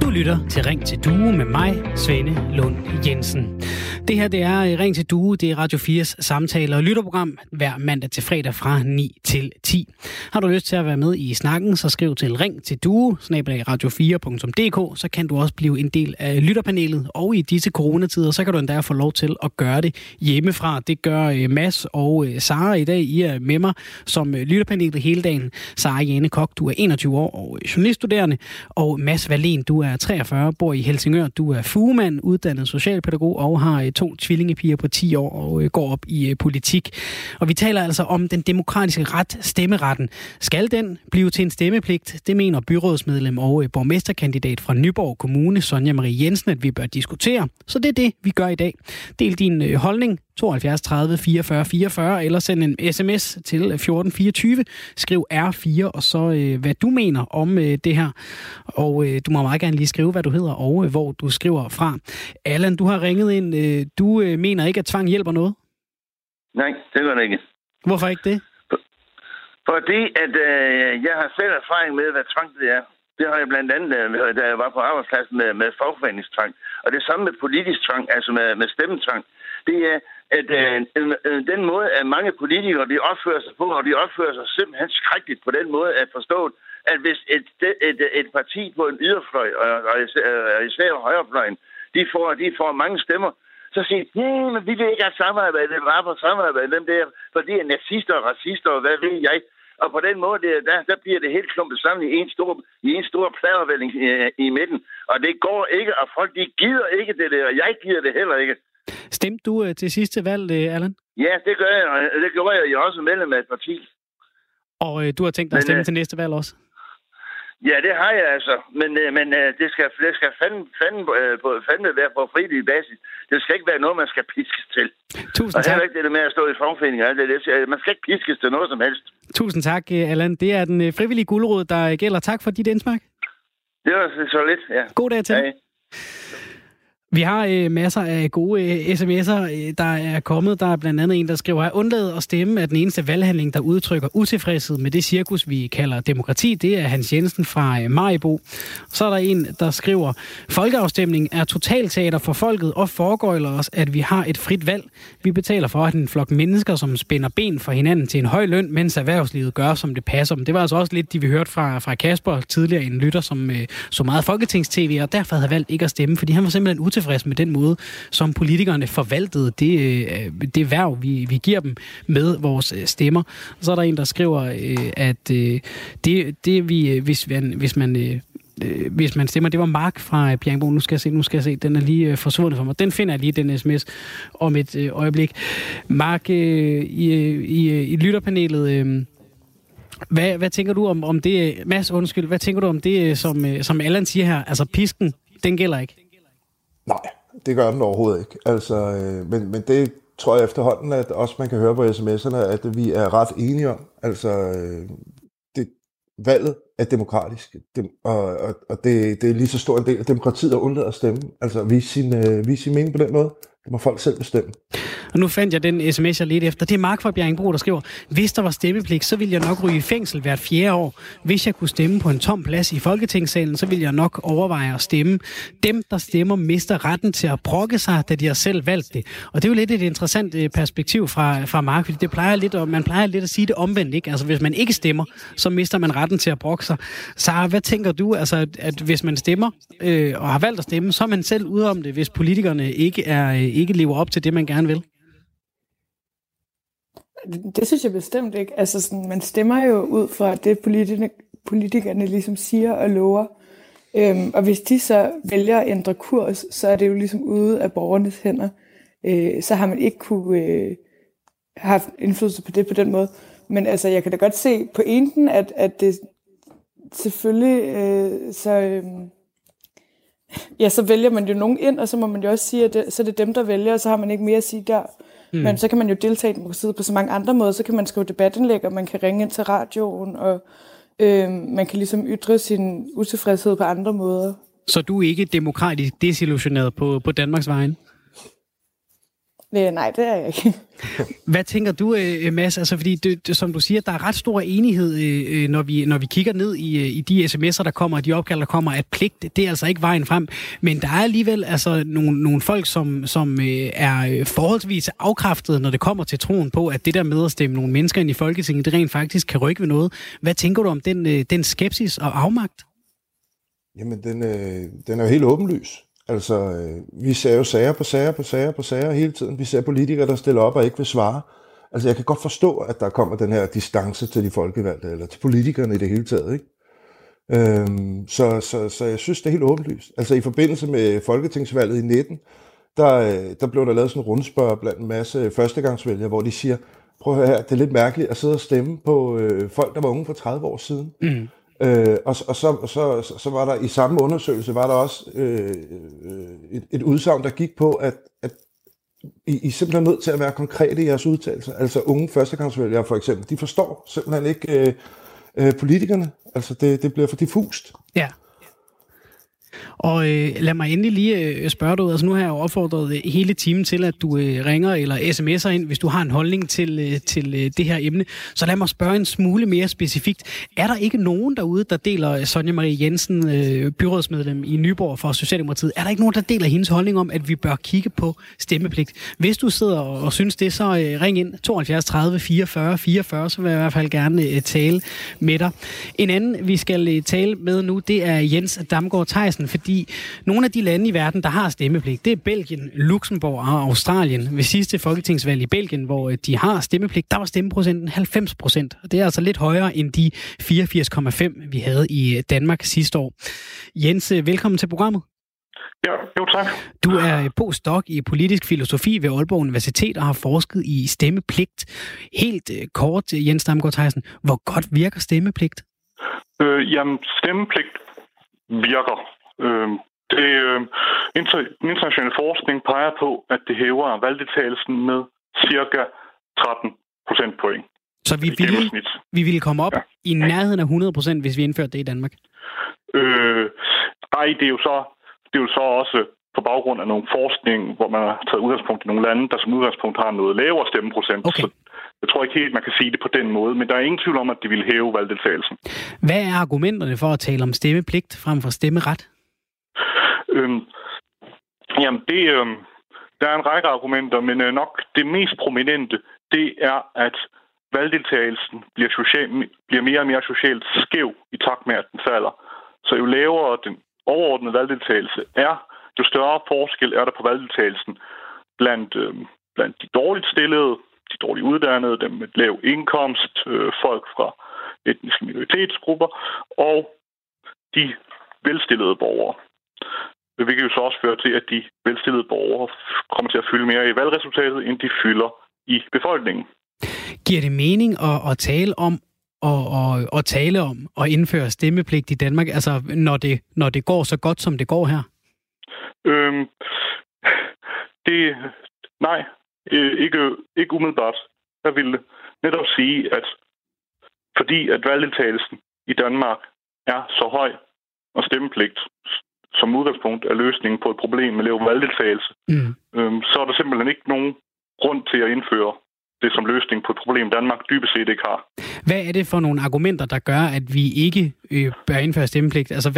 Du lytter til Ring til Due med mig, Svende Lund Jensen. Det her, det er Ring til Due. Det er Radio 4's samtale- og lytterprogram hver mandag til fredag fra 9 til 10. Har du lyst til at være med i snakken, så skriv til ring til due@radio4.dk, så kan du også blive en del af lytterpanelet. Og i disse coronatider, så kan du endda få lov til at gøre det hjemmefra. Det gør Mads og Sara i dag. I er med mig som lytterpanelet hele dagen. Sara Jane Kok, du er 21 år og journaliststuderende. Og Mads Wallin, du er 43, bor i Helsingør. Du er fugemand, uddannet socialpædagog og har 2 tvillingepiger på 10 år og går op i politik. Og vi taler altså om den demokratiske ret, stemmeretten. Skal den blive til en stemmepligt? Det mener byrådsmedlem og borgmesterkandidat fra Nyborg Kommune, Sonja Marie Jensen, at vi bør diskutere. Så det er det, vi gør i dag. Del din holdning 72 30 44 44, eller send en sms til 1424. Skriv R4, og så hvad du mener om det her. Og du må meget gerne lige skrive, hvad du hedder, og hvor du skriver fra. Allan, du har ringet ind. Du mener ikke, at tvang hjælper noget? Nej, det gør det ikke. Hvorfor ikke det? Fordi at jeg har selv erfaring med, hvad tvang det er. Det har jeg blandt andet, da jeg var på arbejdspladsen med fagforeningstvang. Og det samme med politisk tvang, altså med stemmetvang. Det er, at den måde, at mange politikere de opfører sig på, og de opfører sig simpelthen skrækkeligt på den måde, at forstået, at hvis et parti på en yderfløj, og især højrefløjen, de får mange stemmer, så siger de, men vi vil ikke have samarbejde, det var på samarbejde, dem der, for de er nazister og racister, og hvad ved jeg. Og på den måde, der bliver det helt klumpet sammen i en stor pladervælling i midten. Og det går ikke, og folk de gider ikke det der, og jeg gider det heller ikke. Stemte du til sidste valg, Allan? Ja, det gør jeg, og det gjorde jeg også medlem af et parti. Og du har tænkt dig at stemme til næste valg også? Ja, det har jeg altså. Men det skal fandme være på frivillig basis. Det skal ikke være noget, man skal piskes til. Tusind tak. Og heller ikke det med at stå i fagforeninger. Man skal ikke piskes til noget som helst. Tusind tak, Allan. Det er den frivillige gulerod, der gælder. Tak for dit indspark. Det var så lidt, ja. God dag til. Hej. Vi har masser af gode sms'er, der er kommet. Der er blandt andet en, der skriver, at undlade at stemme er den eneste valghandling, der udtrykker utilfredshed med det cirkus, vi kalder demokrati. Det er Hans Jensen fra Maribo. Så er der en, der skriver, folkeafstemning er totalteater for folket og foregøjler os, at vi har et frit valg. Vi betaler for, at en flok mennesker, som spænder ben for hinanden til en høj løn, mens erhvervslivet gør, som det passer dem. Det var altså også lidt, vi hørte fra Kasper tidligere, en lytter, som så meget Folketings-TV, og derfor havde valgt ikke at stemme, fordi han var simpelthen utilfreds med den måde, som politikerne forvaltede det værv, vi giver dem med vores stemmer. Og så er der en, der skriver, at hvis man stemmer, det var Mark fra Bjergbro. Nu skal jeg se, den er lige forsvundet for mig. Den finder jeg lige, den sms, om et øjeblik. Mark, i lytterpanelet, hvad tænker du om det, Mads, undskyld, hvad tænker du om det, som Allan siger her? Altså, pisken, den gælder ikke. Nej, det gør den overhovedet ikke. Altså, men det tror jeg efterhånden, at også man kan høre på sms'erne, at vi er ret enige om. Altså, valget er demokratisk, og det er lige så stor en del af demokratiet at undlade at stemme. Altså, vise sin mening på den måde. Det må folk selv bestemme. Og nu fandt jeg den sms, jeg lidt efter. Det er Mark fra Bjergbro, der skriver, hvis der var stemmepligt, så ville jeg nok ryge i fængsel hvert 4. år. Hvis jeg kunne stemme på en tom plads i Folketingssalen, så ville jeg nok overveje at stemme. Dem, der stemmer, mister retten til at brokke sig, da de har selv valgt det. Og det er jo lidt et interessant perspektiv fra Mark, fordi man plejer lidt at sige det omvendt, ikke? Altså, hvis man ikke stemmer, så mister man retten til at brokke sig. Så hvad tænker du, altså, at hvis man stemmer og har valgt at stemme, så er man selv ude om det, hvis politikerne ikke lever op til det, man gerne vil? Det synes jeg bestemt ikke. Altså sådan, man stemmer jo ud fra det, politikerne ligesom siger og lover. Og hvis de så vælger at ændre kurs, så er det jo ligesom ude af borgernes hænder. Så har man ikke kunne have indflydelse på det på den måde. Men altså, jeg kan da godt se pointen, at det selvfølgelig så vælger man jo nogen ind, og så må man jo også sige, at så er det dem, der vælger, og så har man ikke mere at sige der. Men så kan man jo deltage i demokratiet på så mange andre måder. Så kan man skrive debatindlæg, og man kan ringe ind til radioen, og man kan ligesom ytre sin utilfredshed på andre måder. Så du er ikke demokratisk desillusioneret på Danmarks vegne? Nej, det er jeg ikke. Hvad tænker du, Mads? Altså, fordi som du siger, der er ret stor enighed, når vi kigger ned i de sms'er, der kommer, og de opkald, der kommer, at pligt, det er altså ikke vejen frem. Men der er alligevel altså nogle folk, som er forholdsvis afkræftet, når det kommer til troen på, at det der med at stemme nogle mennesker ind i Folketinget, det rent faktisk kan rykke ved noget. Hvad tænker du om den skepsis og afmagt? Jamen, den er jo helt åbenlys. Altså, vi ser jo sager hele tiden. Vi ser politikere, der stiller op og ikke vil svare. Altså, jeg kan godt forstå, at der kommer den her distance til de folkevalgte, eller til politikerne i det hele taget, ikke? Så jeg synes, det er helt åbenlyst. Altså, i forbindelse med folketingsvalget i 19, der blev der lavet sådan en rundspørg blandt en masse førstegangsvælgere, hvor de siger, prøv at høre her, det er lidt mærkeligt at sidde og stemme på folk, der var unge for 30 år siden. Mm. Og så var der i samme undersøgelse, var der også et udsagn, der gik på, at I er simpelthen nødt til at være konkrete i jeres udtalelser. Altså unge førstegangsvælgere for eksempel, de forstår simpelthen ikke politikerne. Altså det bliver for diffust. Ja. Og lad mig endelig lige spørge dig ud. Altså nu har jeg jo opfordret hele timen til, at du ringer eller sms'er ind, hvis du har en holdning til det her emne. Så lad mig spørge en smule mere specifikt. Er der ikke nogen derude, der deler Sonja Marie Jensen, byrådsmedlem i Nyborg for Socialdemokratiet? Er der ikke nogen, der deler hendes holdning om, at vi bør kigge på stemmepligt? Hvis du sidder og synes det, så ring ind 72 30 44 44, så vil jeg i hvert fald gerne tale med dig. En anden, vi skal tale med nu, det er Jens Damgaard Thijssen, fordi nogle af de lande i verden, der har stemmepligt, det er Belgien, Luxembourg og Australien. Ved sidste folketingsvalg i Belgien, hvor de har stemmepligt, der var stemmeprocenten 90%. Og det er altså lidt højere end de 84,5, vi havde i Danmark sidste år. Jens, velkommen til programmet. Ja, jo tak. Du er postdoc i politisk filosofi ved Aalborg Universitet og har forsket i stemmepligt. Helt kort, Jens Damgaard Thijssen, hvor godt virker stemmepligt? Jamen, stemmepligt virker. Den internationale forskning peger på, at det hæver valgdeltagelsen med cirka 13 procentpoint. Så vi ville komme op i nærheden af 100%, hvis vi indførte det i Danmark? Nej, det er jo så også på baggrund af nogle forskning, hvor man har taget udgangspunkt i nogle lande, der som udgangspunkt har noget lavere stemmeprocent. Okay. Så jeg tror ikke helt, man kan sige det på den måde, men der er ingen tvivl om, at de vil hæve valgdeltagelsen. Hvad er argumenterne for at tale om stemmepligt frem for stemmeret? Jamen, der er en række argumenter, men nok det mest prominente, det er, at valgdeltagelsen bliver mere og mere socialt skæv i takt med, at den falder. Så jo lavere den overordnede valgdeltagelse er, jo større forskel er der på valgdeltagelsen blandt de dårligt stillede, de dårligt uddannede, dem med lav indkomst, folk fra etniske minoritetsgrupper og de velstillede borgere. Det kan jo så også føre til, at de velstillede borgere kommer til at fylde mere i valgresultatet, end de fylder i befolkningen. Giver det mening at tale om og tale om at indføre stemmepligt i Danmark, altså når det går så godt, som det går her? Nej, ikke umiddelbart. Jeg vil netop sige, at fordi at valgdeltagelsen i Danmark er så høj, og stemmepligt som udgangspunkt er løsningen på et problem med lav valgdeltagelse, så er der simpelthen ikke nogen grund til at indføre det som løsning på et problem, Danmark dybest set ikke har. Hvad er det for nogle argumenter, der gør, at vi ikke bør indføre stemmepligt? Altså,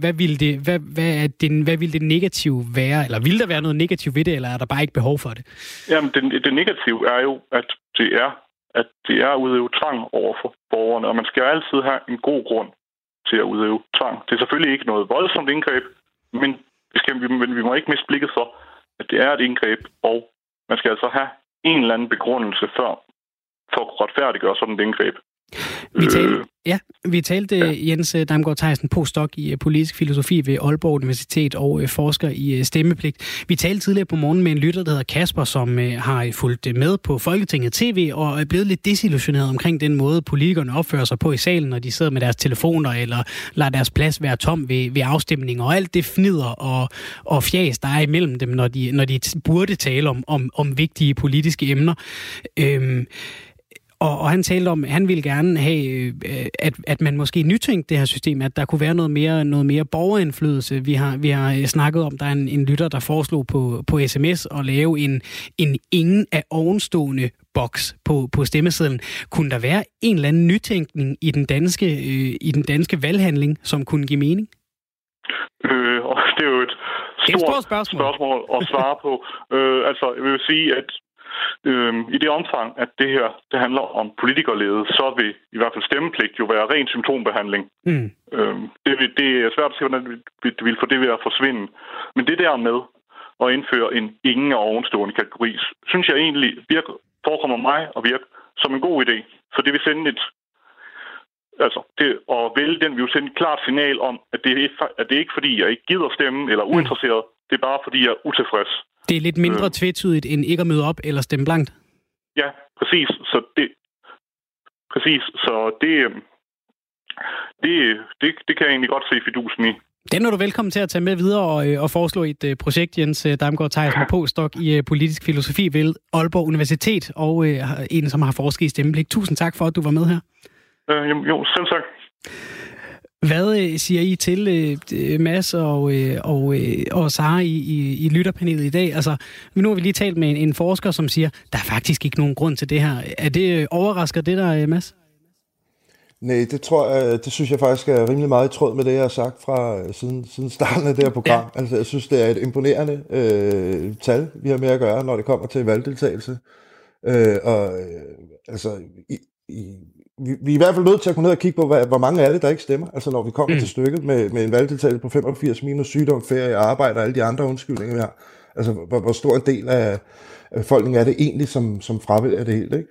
hvad vil det negative være? Eller vil der være noget negativt ved det, eller er der bare ikke behov for det? Jamen, det negative er jo, at det er at udøve tvang over for borgerne, og man skal altid have en god grund til at udøve tvang. Det er selvfølgelig ikke noget voldsomt indgreb, men vi må ikke miste blikket for, at det er et indgreb, og man skal altså have en eller anden begrundelse for at retfærdiggøre sådan et indgreb. Vi talte Jens Damgaard Thijssen, postdoc i politisk filosofi ved Aalborg Universitet og forsker i stemmepligt. Vi talte tidligere på morgen med en lytter, der hedder Kasper, som har fulgt med på Folketinget TV og er blevet lidt desillusioneret omkring den måde, politikerne opfører sig på i salen, når de sidder med deres telefoner eller lader deres plads være tom ved afstemninger, og alt det fnider og fjas, der er imellem dem, når de burde tale om vigtige politiske emner. Og han talte om, at han ville gerne have, at man måske nytænkte det her system, at der kunne være noget mere borgerindflydelse. Vi har snakket om, der er en lytter, der foreslog på sms at lave en ingen af ovenstående boks på stemmesedlen. Kunne der være en eller anden nytænkning i den danske valghandling, som kunne give mening? Og det er jo et stort spørgsmål at svare på. Altså, jeg vil sige, at i det omfang, at det her det handler om politikerlede, så vil i hvert fald stemmepligt jo være ren symptombehandling. Det er svært at se, hvordan det vil få det ved at forsvinde. Men det der med at indføre en ingen af ovenstående kategori, synes jeg egentlig forekommer mig at virke som en god idé. For det vil sende og vælge den vil jo sende et klart signal om, at det er ikke fordi, jeg ikke gider stemme eller uinteresseret. Det er bare fordi, jeg er utilfreds. Det er lidt mindre tvetydigt end ikke at møde op eller stemme blankt. Ja, præcis. Så det kan jeg egentlig godt se fidusen i. Den er du velkommen til at tage med videre og foreslå et projekt, Jens Damgaard Theilsen, postdoc i politisk filosofi ved Aalborg Universitet, og en, som har forsket i stemmepligt. Tusind tak for, at du var med her. Jo, selv tak. Hvad siger I til Mads og Sara i lytterpanelet i dag? Altså, nu har vi lige talt med en forsker, som siger, der er faktisk ikke nogen grund til det her. Er det overrasker det der, Mads? Nej, det synes jeg faktisk er rimelig meget i tråd med det, jeg har sagt fra siden starten af det her program. Ja. Altså, jeg synes, det er et imponerende tal, vi har med at gøre, når det kommer til valgdeltagelse. Vi er i hvert fald nødt til at gå ned og kigge på, hvor mange af det, der ikke stemmer. Altså når vi kommer til stykket med en valgdeltagelse på 85 minus sygdom, ferie, arbejde og alle de andre undskyldninger, vi har. Altså hvor stor en del af befolkningen er det egentlig, som fravælger det helt, ikke?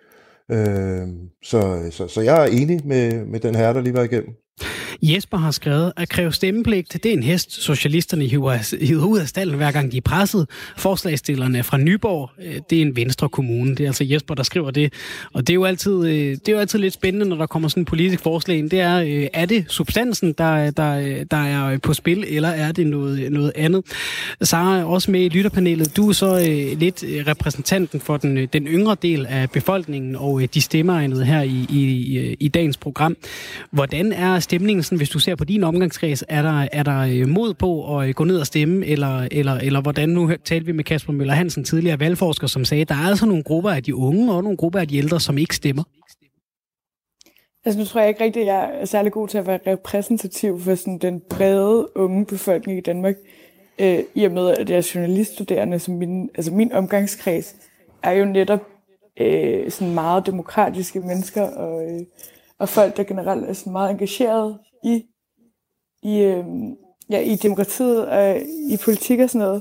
Så jeg er enig med den her, der lige var igennem. Jesper har skrevet, at kræve stemmepligt, det er en hest, socialisterne hiver ud af stallen, hver gang de er presset. Forslagsstillerne fra Nyborg, det er en venstre kommune. Det er altså Jesper, der skriver det. Og det er jo altid lidt spændende, når der kommer sådan en politisk forslag ind. Det er det substansen, der er på spil, eller er det noget andet? Sara er også med i lytterpanelet. Du er så lidt repræsentanten for den yngre del af befolkningen, og de stemmeegnede her i dagens program. Hvordan er stemningen, hvis du ser på din omgangskreds? Er der mod på at gå ned og stemme, eller hvordan? Nu talte vi med Kasper Møller Hansen, tidligere valgforsker, som sagde, at der er altså nogle grupper af de unge og nogle grupper af de ældre, som ikke stemmer. Altså nu tror jeg ikke rigtigt, at jeg er særlig god til at være repræsentativ for sådan den brede unge befolkning i Danmark. I og med, at jeg er journaliststuderende, så min omgangskreds er jo netop sådan meget demokratiske mennesker, og folk, der generelt er sådan meget engageret i demokratiet og i politik og sådan noget.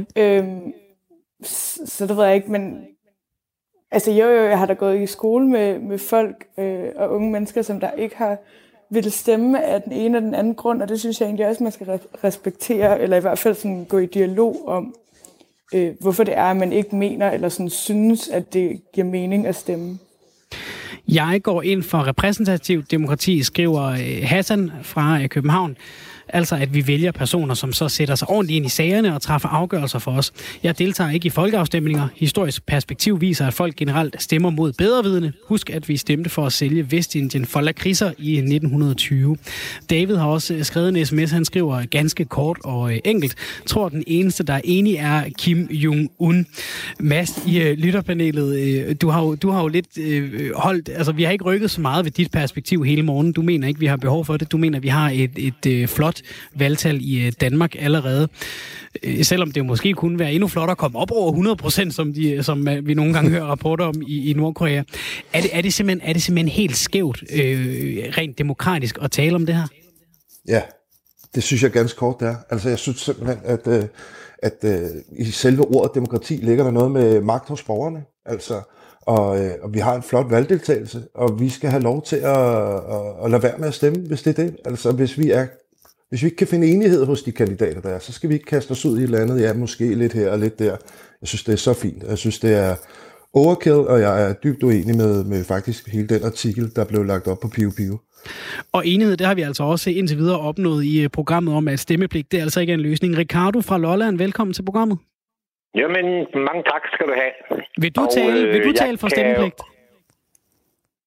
Så det ved jeg ikke, men altså jeg har da gået i skole med folk og unge mennesker, som der ikke har ville stemme af den ene og den anden grund, og det synes jeg egentlig også, man skal respektere, eller i hvert fald sådan gå i dialog om, hvorfor det er, at man ikke mener, eller sådan synes, at det giver mening at stemme. Jeg går ind for repræsentativt demokrati, skriver Hassan fra København. Altså, at vi vælger personer, som så sætter sig ordentligt ind i sagerne og træffer afgørelser for os. Jeg deltager ikke i folkeafstemninger. Historisk perspektiv viser, at folk generelt stemmer mod bedrevidende. Husk, at vi stemte for at sælge Vestindien for lakridser i 1920. David har også skrevet en sms. Han skriver ganske kort og enkelt. Tror, den eneste, der er enig, er Kim Jong-un. Mads, i lytterpanelet, du har jo lidt holdt... Altså, vi har ikke rykket så meget ved dit perspektiv hele morgen. Du mener ikke, vi har behov for det. Du mener, vi har et flot valgtal i Danmark allerede. Selvom det jo måske kunne være endnu flottere at komme op over 100%, som vi nogle gange hører rapporter om i Nordkorea. Er det simpelthen helt skævt, rent demokratisk, at tale om det her? Ja, det synes jeg ganske kort, det er. Altså, jeg synes simpelthen, at i selve ordet demokrati ligger der noget med magt hos borgerne. Altså, og vi har en flot valgdeltagelse, og vi skal have lov til at lade være med at stemme, hvis det er det. Altså, hvis vi ikke kan finde enighed hos de kandidater, der er, så skal vi ikke kaste os ud i et eller andet, ja, måske lidt her og lidt der. Jeg synes, det er så fint. Jeg synes, det er overkill, og jeg er dybt uenig med faktisk hele den artikel, der blev lagt op på Pio. Og enighed, det har vi altså også indtil videre opnået i programmet om, at stemmepligt, det er altså ikke en løsning. Ricardo fra Lolland, velkommen til programmet. Jamen, mange tak skal du have. Vil du tale for stemmepligt?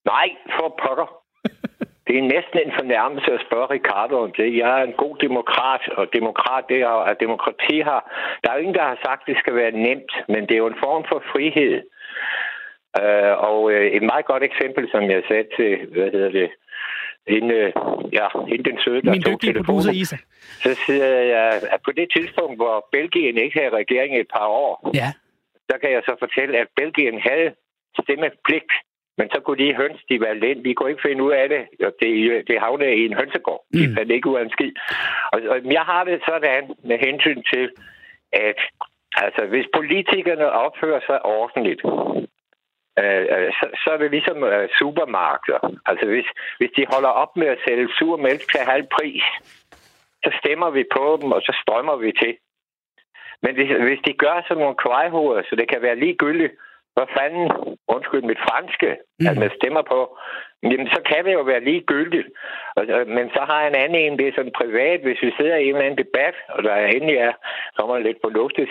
Nej, for pokker. Det er næsten en fornærmelse at spørge Ricardo om det. Jeg er en god demokrat, og demokrati har... Der er jo ingen, der har sagt, at det skal være nemt, men det er jo en form for frihed. Og et meget godt eksempel, som jeg sagde til, hende den søde, der tog telefonen. Så siger jeg, at på det tidspunkt, hvor Belgien ikke havde regering i et par år, der kan jeg så fortælle, at Belgien havde stemmepligt. Men så kunne de høns, de valgte ind. Vi kunne ikke finde ud af det. Det havnede i en hønsegård. De fandt ikke ud af en skid. Og jeg har det sådan med hensyn til, at altså, hvis politikerne opfører sig ordentligt, så er det ligesom supermarkeder. Altså, hvis de holder op med at sælge sur mælk til halv pris, så stemmer vi på dem, og så strømmer vi til. Men hvis de gør sådan nogle kvejhoveder, så det kan være ligegyldigt, hvad fanden, undskyld mit franske, at man stemmer på, jamen så kan det jo være ligegyldigt. Men så har jeg en anden en, det er sådan privat, hvis vi sidder i en eller anden debat, og der endelig kommer lidt fornuftigt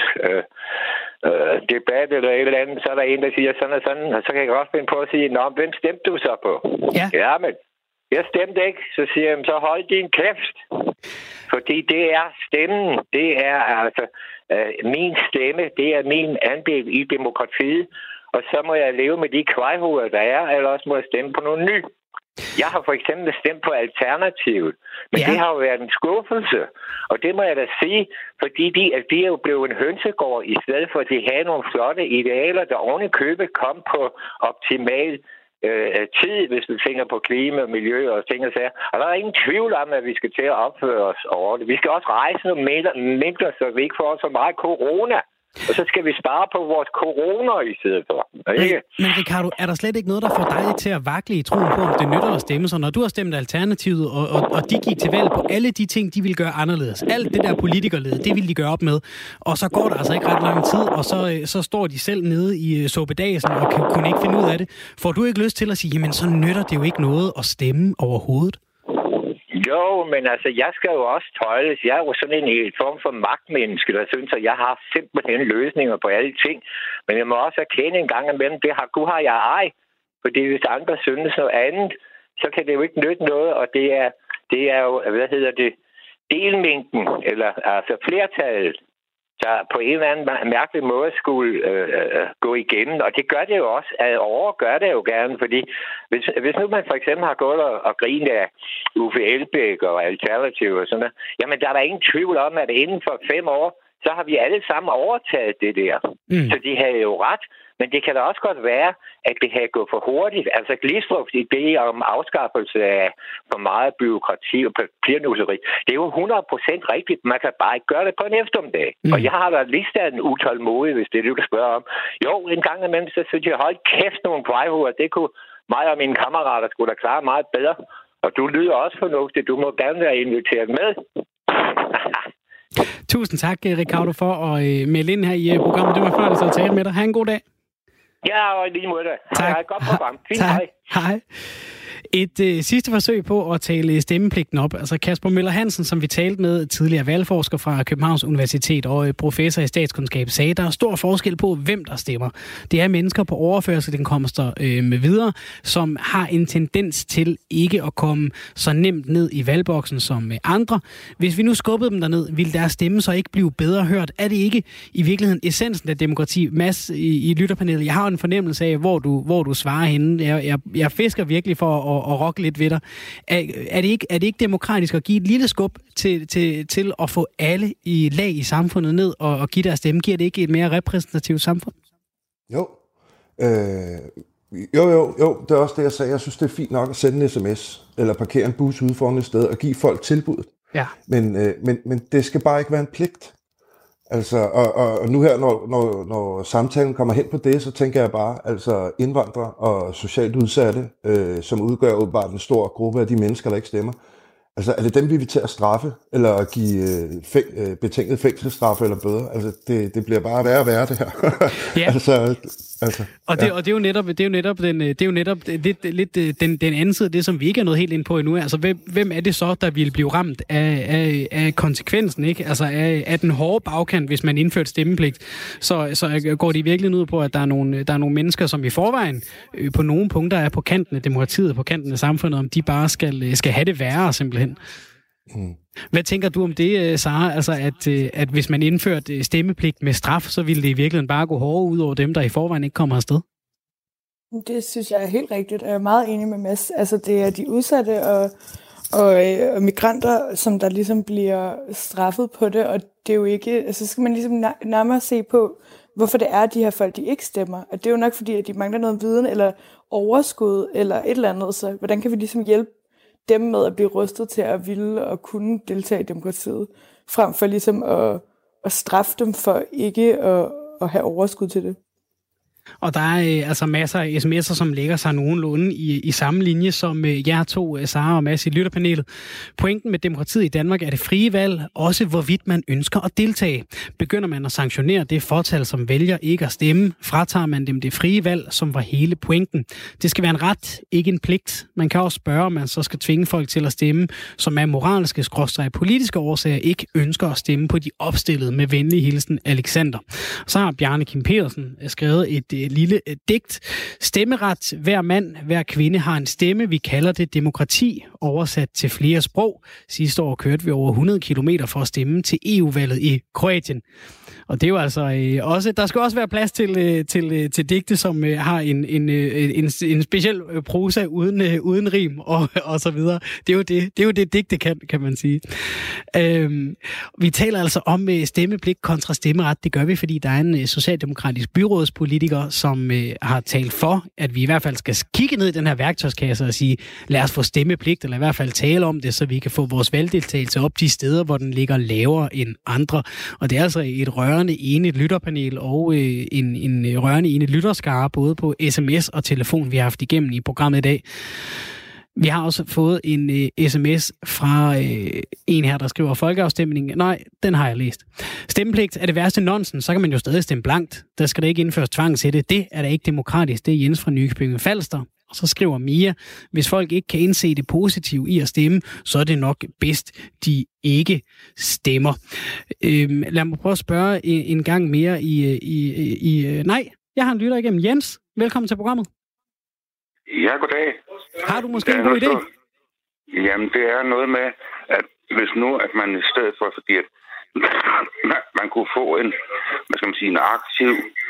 samfundsdebat eller et eller andet, så er der en, der siger sådan og sådan, og så kan jeg også finde på at sige, nå, hvem stemte du så på? Ja, men jeg stemte ikke. Så siger jeg, så hold din kæft. Fordi det er stemmen, det er altså min stemme, det er min andel i demokratiet, og så må jeg leve med de kvejhoveder, der er, eller også må jeg stemme på noget nyt. Jeg har for eksempel stemt på Alternativet, men det har jo været en skuffelse, og det må jeg da sige, fordi de er jo blevet en hønsegård, i stedet for at de havde nogle flotte idealer, der oven i købet kom på optimal tid, hvis vi tænker på klima, miljø og ting og sager. Og der er ingen tvivl om, at vi skal til at opføre os over det. Vi skal også rejse noget mindre, så vi ikke får så meget corona. Og så skal vi spare på vores coroner i stedet for. Men Ricardo, er der slet ikke noget, der får dig til at vakle i troen på, om det nytter at stemme? Så når du har stemt Alternativet, og de gik til valg på alle de ting, de ville gøre anderledes. Alt det der politikerlede, det ville de gøre op med. Og så går der altså ikke ret lang tid, og så står de selv nede i suppedasen og kunne ikke finde ud af det. Får du ikke lyst til at sige, jamen så nytter det jo ikke noget at stemme overhovedet? Jo, men altså, jeg skal jo også tøjles. Jeg er jo sådan en form for magtmenneske, der synes, at jeg har simpelthen løsninger på alle ting. Men jeg må også erkende en gang imellem, det har jeg ej. Fordi hvis andre synes noget andet, så kan det jo ikke nytte noget, og det er jo, delmængden, eller altså flertallet, der på en eller anden mærkelig måde skulle gå igennem. Og det gør det jo også. Gør det jo gerne, fordi hvis nu man for eksempel har gået og grinet af Uffe Elbæk og Alternativ og sådan noget, jamen der er der ingen tvivl om, at inden for 5 år, så har vi alle sammen overtaget det der. Så de havde jo ret. Men det kan da også godt være, at det havde gået for hurtigt. Altså Glistrup's idé om afskaffelse af for meget byråkrati og papirnusseri, det er jo 100% rigtigt. Man kan bare ikke gøre det på en eftermiddag. Og jeg har da lige stadig en utålmodig, hvis det er det, du spørger om. Jo, en gang imellem, så synes jeg, hold kæft nogle kvejhoveder. Det kunne mig og mine kammerater skulle da klare meget bedre. Og du lyder også fornuftigt. Du må gerne være inviteret med. Tusind tak, Ricardo, for at melde ind her i programmet. Det var før, at tale med dig. Ha' en god dag. Ja, og lige mod det. Tak. Godt program. Fint, hej. Hej. Et sidste forsøg på at tale stemmepligten op. Altså Kasper Møller Hansen, som vi talte med, tidligere valgforsker fra Københavns Universitet og professor i statskundskab, sagde, at der er stor forskel på, hvem der stemmer. Det er mennesker på overførselsindkomster med videre, som har en tendens til ikke at komme så nemt ned i valgboksen som andre. Hvis vi nu skubbede dem derned, ville deres stemme så ikke blive bedre hørt? Er det ikke i virkeligheden essensen af demokrati? Mads i lytterpanelet, jeg har en fornemmelse af, hvor du svarer henne. Jeg fisker virkelig for at rokke lidt ved dig. Er det ikke demokratisk at give et lille skub til at få alle i lag i samfundet ned og give deres stemme? Giver det ikke et mere repræsentativt samfund? Jo. Jo, det er også det, jeg sagde. Jeg synes, det er fint nok at sende en sms, eller parkere en bus ude foran et sted, og give folk tilbuddet. Ja. Men det skal bare ikke være en pligt. Altså, og nu her, når samtalen kommer hen på det, så tænker jeg bare, altså indvandrere og socialt udsatte, som udgør åbenbart en stor gruppe af de mennesker, der ikke stemmer, Altså, er det dem, vi vil til at straffe, eller give betinget fængselsstraffe eller bøder? Altså, det bliver bare værre og værre, det her. Ja. Og det er jo netop den anden side af det, som vi ikke er nået helt ind på endnu. Altså, hvem er det så, der vil blive ramt af konsekvensen, ikke? Altså, af den hårde bagkant, hvis man indfører stemmepligt, så går de virkelig ud på, at der er nogle mennesker, som i forvejen på nogle punkter er på kanten af demokratiet, på kanten af samfundet, om de bare skal have det værre, simpelthen. Hvad tænker du om det, Sara? Altså, at hvis man indførte stemmepligt med straf, så ville det i virkeligheden bare gå hårdere ud over dem, der i forvejen ikke kommer afsted? Det synes jeg er helt rigtigt, og jeg er meget enig med Mads. Altså, det er de udsatte og migranter, som der ligesom bliver straffet på det, og det er jo ikke... Altså, så skal man ligesom nærmere se på, hvorfor det er, de her folk, de ikke stemmer. Og det er jo nok fordi, at de mangler noget viden, eller overskud, eller et eller andet. Så hvordan kan vi ligesom hjælpe dem med at blive rustet til at ville og kunne deltage i demokratiet, frem for ligesom at straffe dem for ikke at have overskud til det. Og der er altså masser af sms'er, som lægger sig nogenlunde i samme linje som jer to, Sara og Mads, i lytterpanelet. Pointen med demokratiet i Danmark er det frie valg, også hvorvidt man ønsker at deltage. Begynder man at sanktionere det fortal, som vælger ikke at stemme, fratager man dem det frie valg, som var hele pointen. Det skal være en ret, ikke en pligt. Man kan også spørge, om man så skal tvinge folk til at stemme, som af moralske politiske årsager ikke ønsker at stemme på de opstillede med venlig hilsen Alexander. Så har Bjarne Kim Petersen skrevet et lille digt. Stemmeret. Hver mand, hver kvinde har en stemme. Vi kalder det demokrati, oversat til flere sprog. Sidste år kørte vi over 100 kilometer for at stemme til EU-valget i Kroatien. Og det er jo altså også... Der skal også være plads til digte, som har en speciel prosa uden rim og så videre. Det er jo det digte kan man sige. Vi taler altså om stemmepligt kontra stemmeret. Det gør vi, fordi der er en socialdemokratisk byrådspolitiker, som har talt for, at vi i hvert fald skal kigge ned i den her værktøjskasse og sige, lad os få stemmepligt, eller i hvert fald tale om det, så vi kan få vores valgdeltagelse op de steder, hvor den ligger lavere end andre. Og det er altså et rørende enigt lytterpanel og en rørende enigt lytterskare, både på sms og telefon, vi har haft igennem i programmet i dag. Vi har også fået en sms fra en her, der skriver folkeafstemning. Nej, den har jeg læst. Stemmepligt er det værste nonsens, så kan man jo stadig stemme blankt. Der skal der ikke indføres tvang til det. Det er da ikke demokratisk. Det er Jens fra Nykøbing Falster. Og så skriver Mia, hvis folk ikke kan indse det positive i at stemme, så er det nok bedst, de ikke stemmer. Lad mig prøve at spørge en gang mere Nej, jeg har en lytter igennem. Jens, velkommen til programmet. Ja, goddag. Har du måske en god idé? Jamen, det er noget med, at hvis nu, at man i stedet for, fordi at man kunne få en aktiv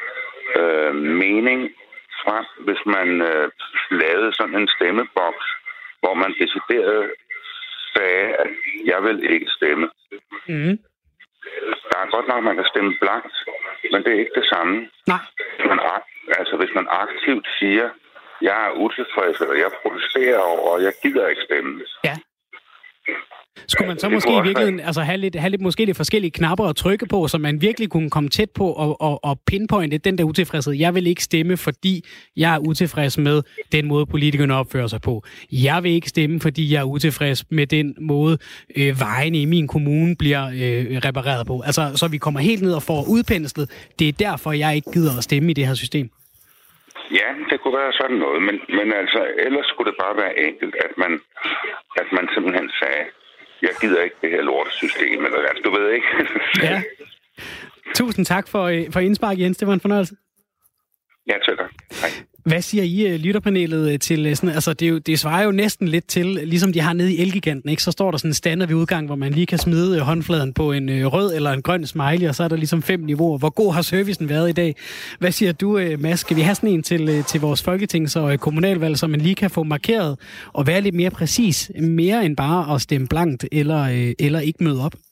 mening frem, hvis man lavede sådan en stemmeboks, hvor man decideret sagde, at jeg vil ikke stemme. Mm. Der er godt nok, at man kan stemme blankt, men det er ikke det samme. Nej. Hvis man aktivt siger, jeg er utilfreds, eller jeg protesterer over, og jeg gider ikke stemme. Ja. Skulle man så måske i virkeligheden have lidt måske lidt forskellige knapper at trykke på, så man virkelig kunne komme tæt på og pinpointe den der utilfredshed. Jeg vil ikke stemme, fordi jeg er utilfreds med den måde, politikerne opfører sig på. Jeg vil ikke stemme, fordi jeg er utilfreds med den måde, vejene i min kommune bliver repareret på. Altså, så vi kommer helt ned og får udpenslet. Det er derfor, jeg ikke gider at stemme i det her system. Ja, det kunne være sådan noget, men altså, ellers skulle det bare være enkelt, at man simpelthen sagde, jeg gider ikke det her lortesystem, eller altså, du ved ikke. Ja. Tusind tak for indspark, Jens. Det var en fornøjelse. Ja, tak. Hej. Hvad siger I, lytterpanelet, til sådan, altså det svarer jo næsten lidt til, ligesom de har nede i Elgiganten, ikke? Så står der sådan en standard ved udgang, hvor man lige kan smide håndfladen på en rød eller en grøn smiley, og så er der ligesom 5 niveauer. Hvor god har servicen været i dag? Hvad siger du, Mads? Skal vi have sådan en til vores folketings- og kommunalvalg, så man lige kan få markeret og være lidt mere præcis, mere end bare at stemme blankt eller ikke møde op?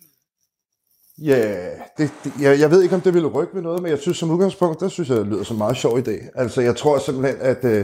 Ja, jeg ved ikke, om det ville rykke med noget, men jeg synes som udgangspunkt, der synes jeg, det lyder som en meget sjov idé. Altså, jeg tror simpelthen,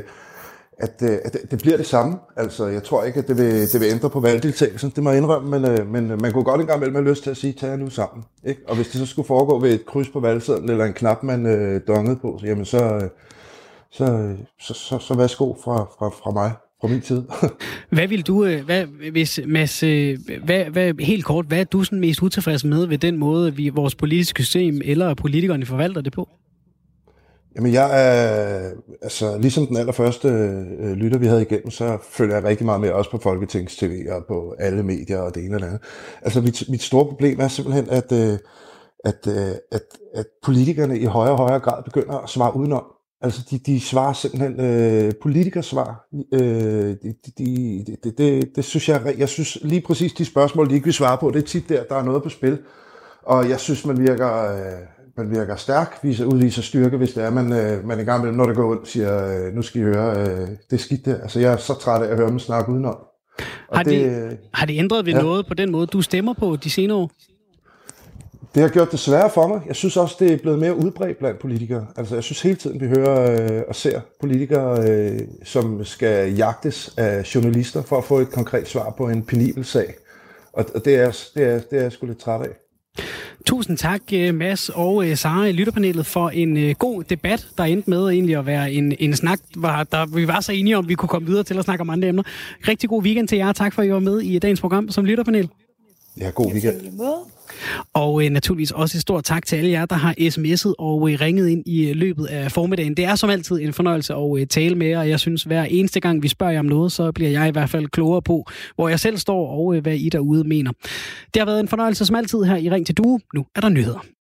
at det bliver det samme. Altså, jeg tror ikke, at det vil ændre på valgdeltagelsen. Det må jeg indrømme, men man kunne godt engang mellem have lyst til at sige, tag jer nu sammen. Ikke? Og hvis det så skulle foregå ved et kryds på valgsedlen, eller en knap, man dongede på, jamen så værsgo fra mig. fra min side. Hvad vil du, hvis Mads, helt kort, hvad er du sådan mest utilfreds med ved den måde, vores politiske system eller politikerne forvalter det på? Jamen jeg er, altså ligesom den allerførste lytter, vi havde igennem, så følger jeg rigtig meget med også på Folketings TV og på alle medier og det ene og det andet. Altså mit store problem er simpelthen, at politikerne i højere og højere grad begynder at svare udenom. Altså de svarer simpelthen politikersvar. Det synes jeg synes lige præcis de spørgsmål, de ikke vil svare på, det er tit der er noget på spil. Og jeg synes, man virker stærk, udviser styrke, hvis det er, man i gang med, når det går ud, siger, nu skal I høre, det er skidt det. Altså jeg er så træt af at høre dem snakke udenom. Har det ændret ved noget på den måde, du stemmer på de senere år? Det har gjort det sværere for mig. Jeg synes også, det er blevet mere udbredt blandt politikere. Altså, jeg synes hele tiden, vi hører og ser politikere, som skal jagtes af journalister for at få et konkret svar på en penibel sag. Og det er jeg sgu lidt træt af. Tusind tak, Mads og Sara i lytterpanelet, for en god debat, der endte med egentlig at være en snak, der vi var så enige om, at vi kunne komme videre til at snakke om andre emner. Rigtig god weekend til jer. Tak for, at I var med i dagens program som lytterpanel. Ja, god weekend. Og naturligvis også et stort tak til alle jer, der har sms'et og ringet ind i løbet af formiddagen. Det er som altid en fornøjelse at tale med jer, og jeg synes, hver eneste gang vi spørger jer om noget, så bliver jeg i hvert fald klogere på, hvor jeg selv står og hvad I derude mener. Det har været en fornøjelse som altid her i Ring til Due. Nu er der nyheder.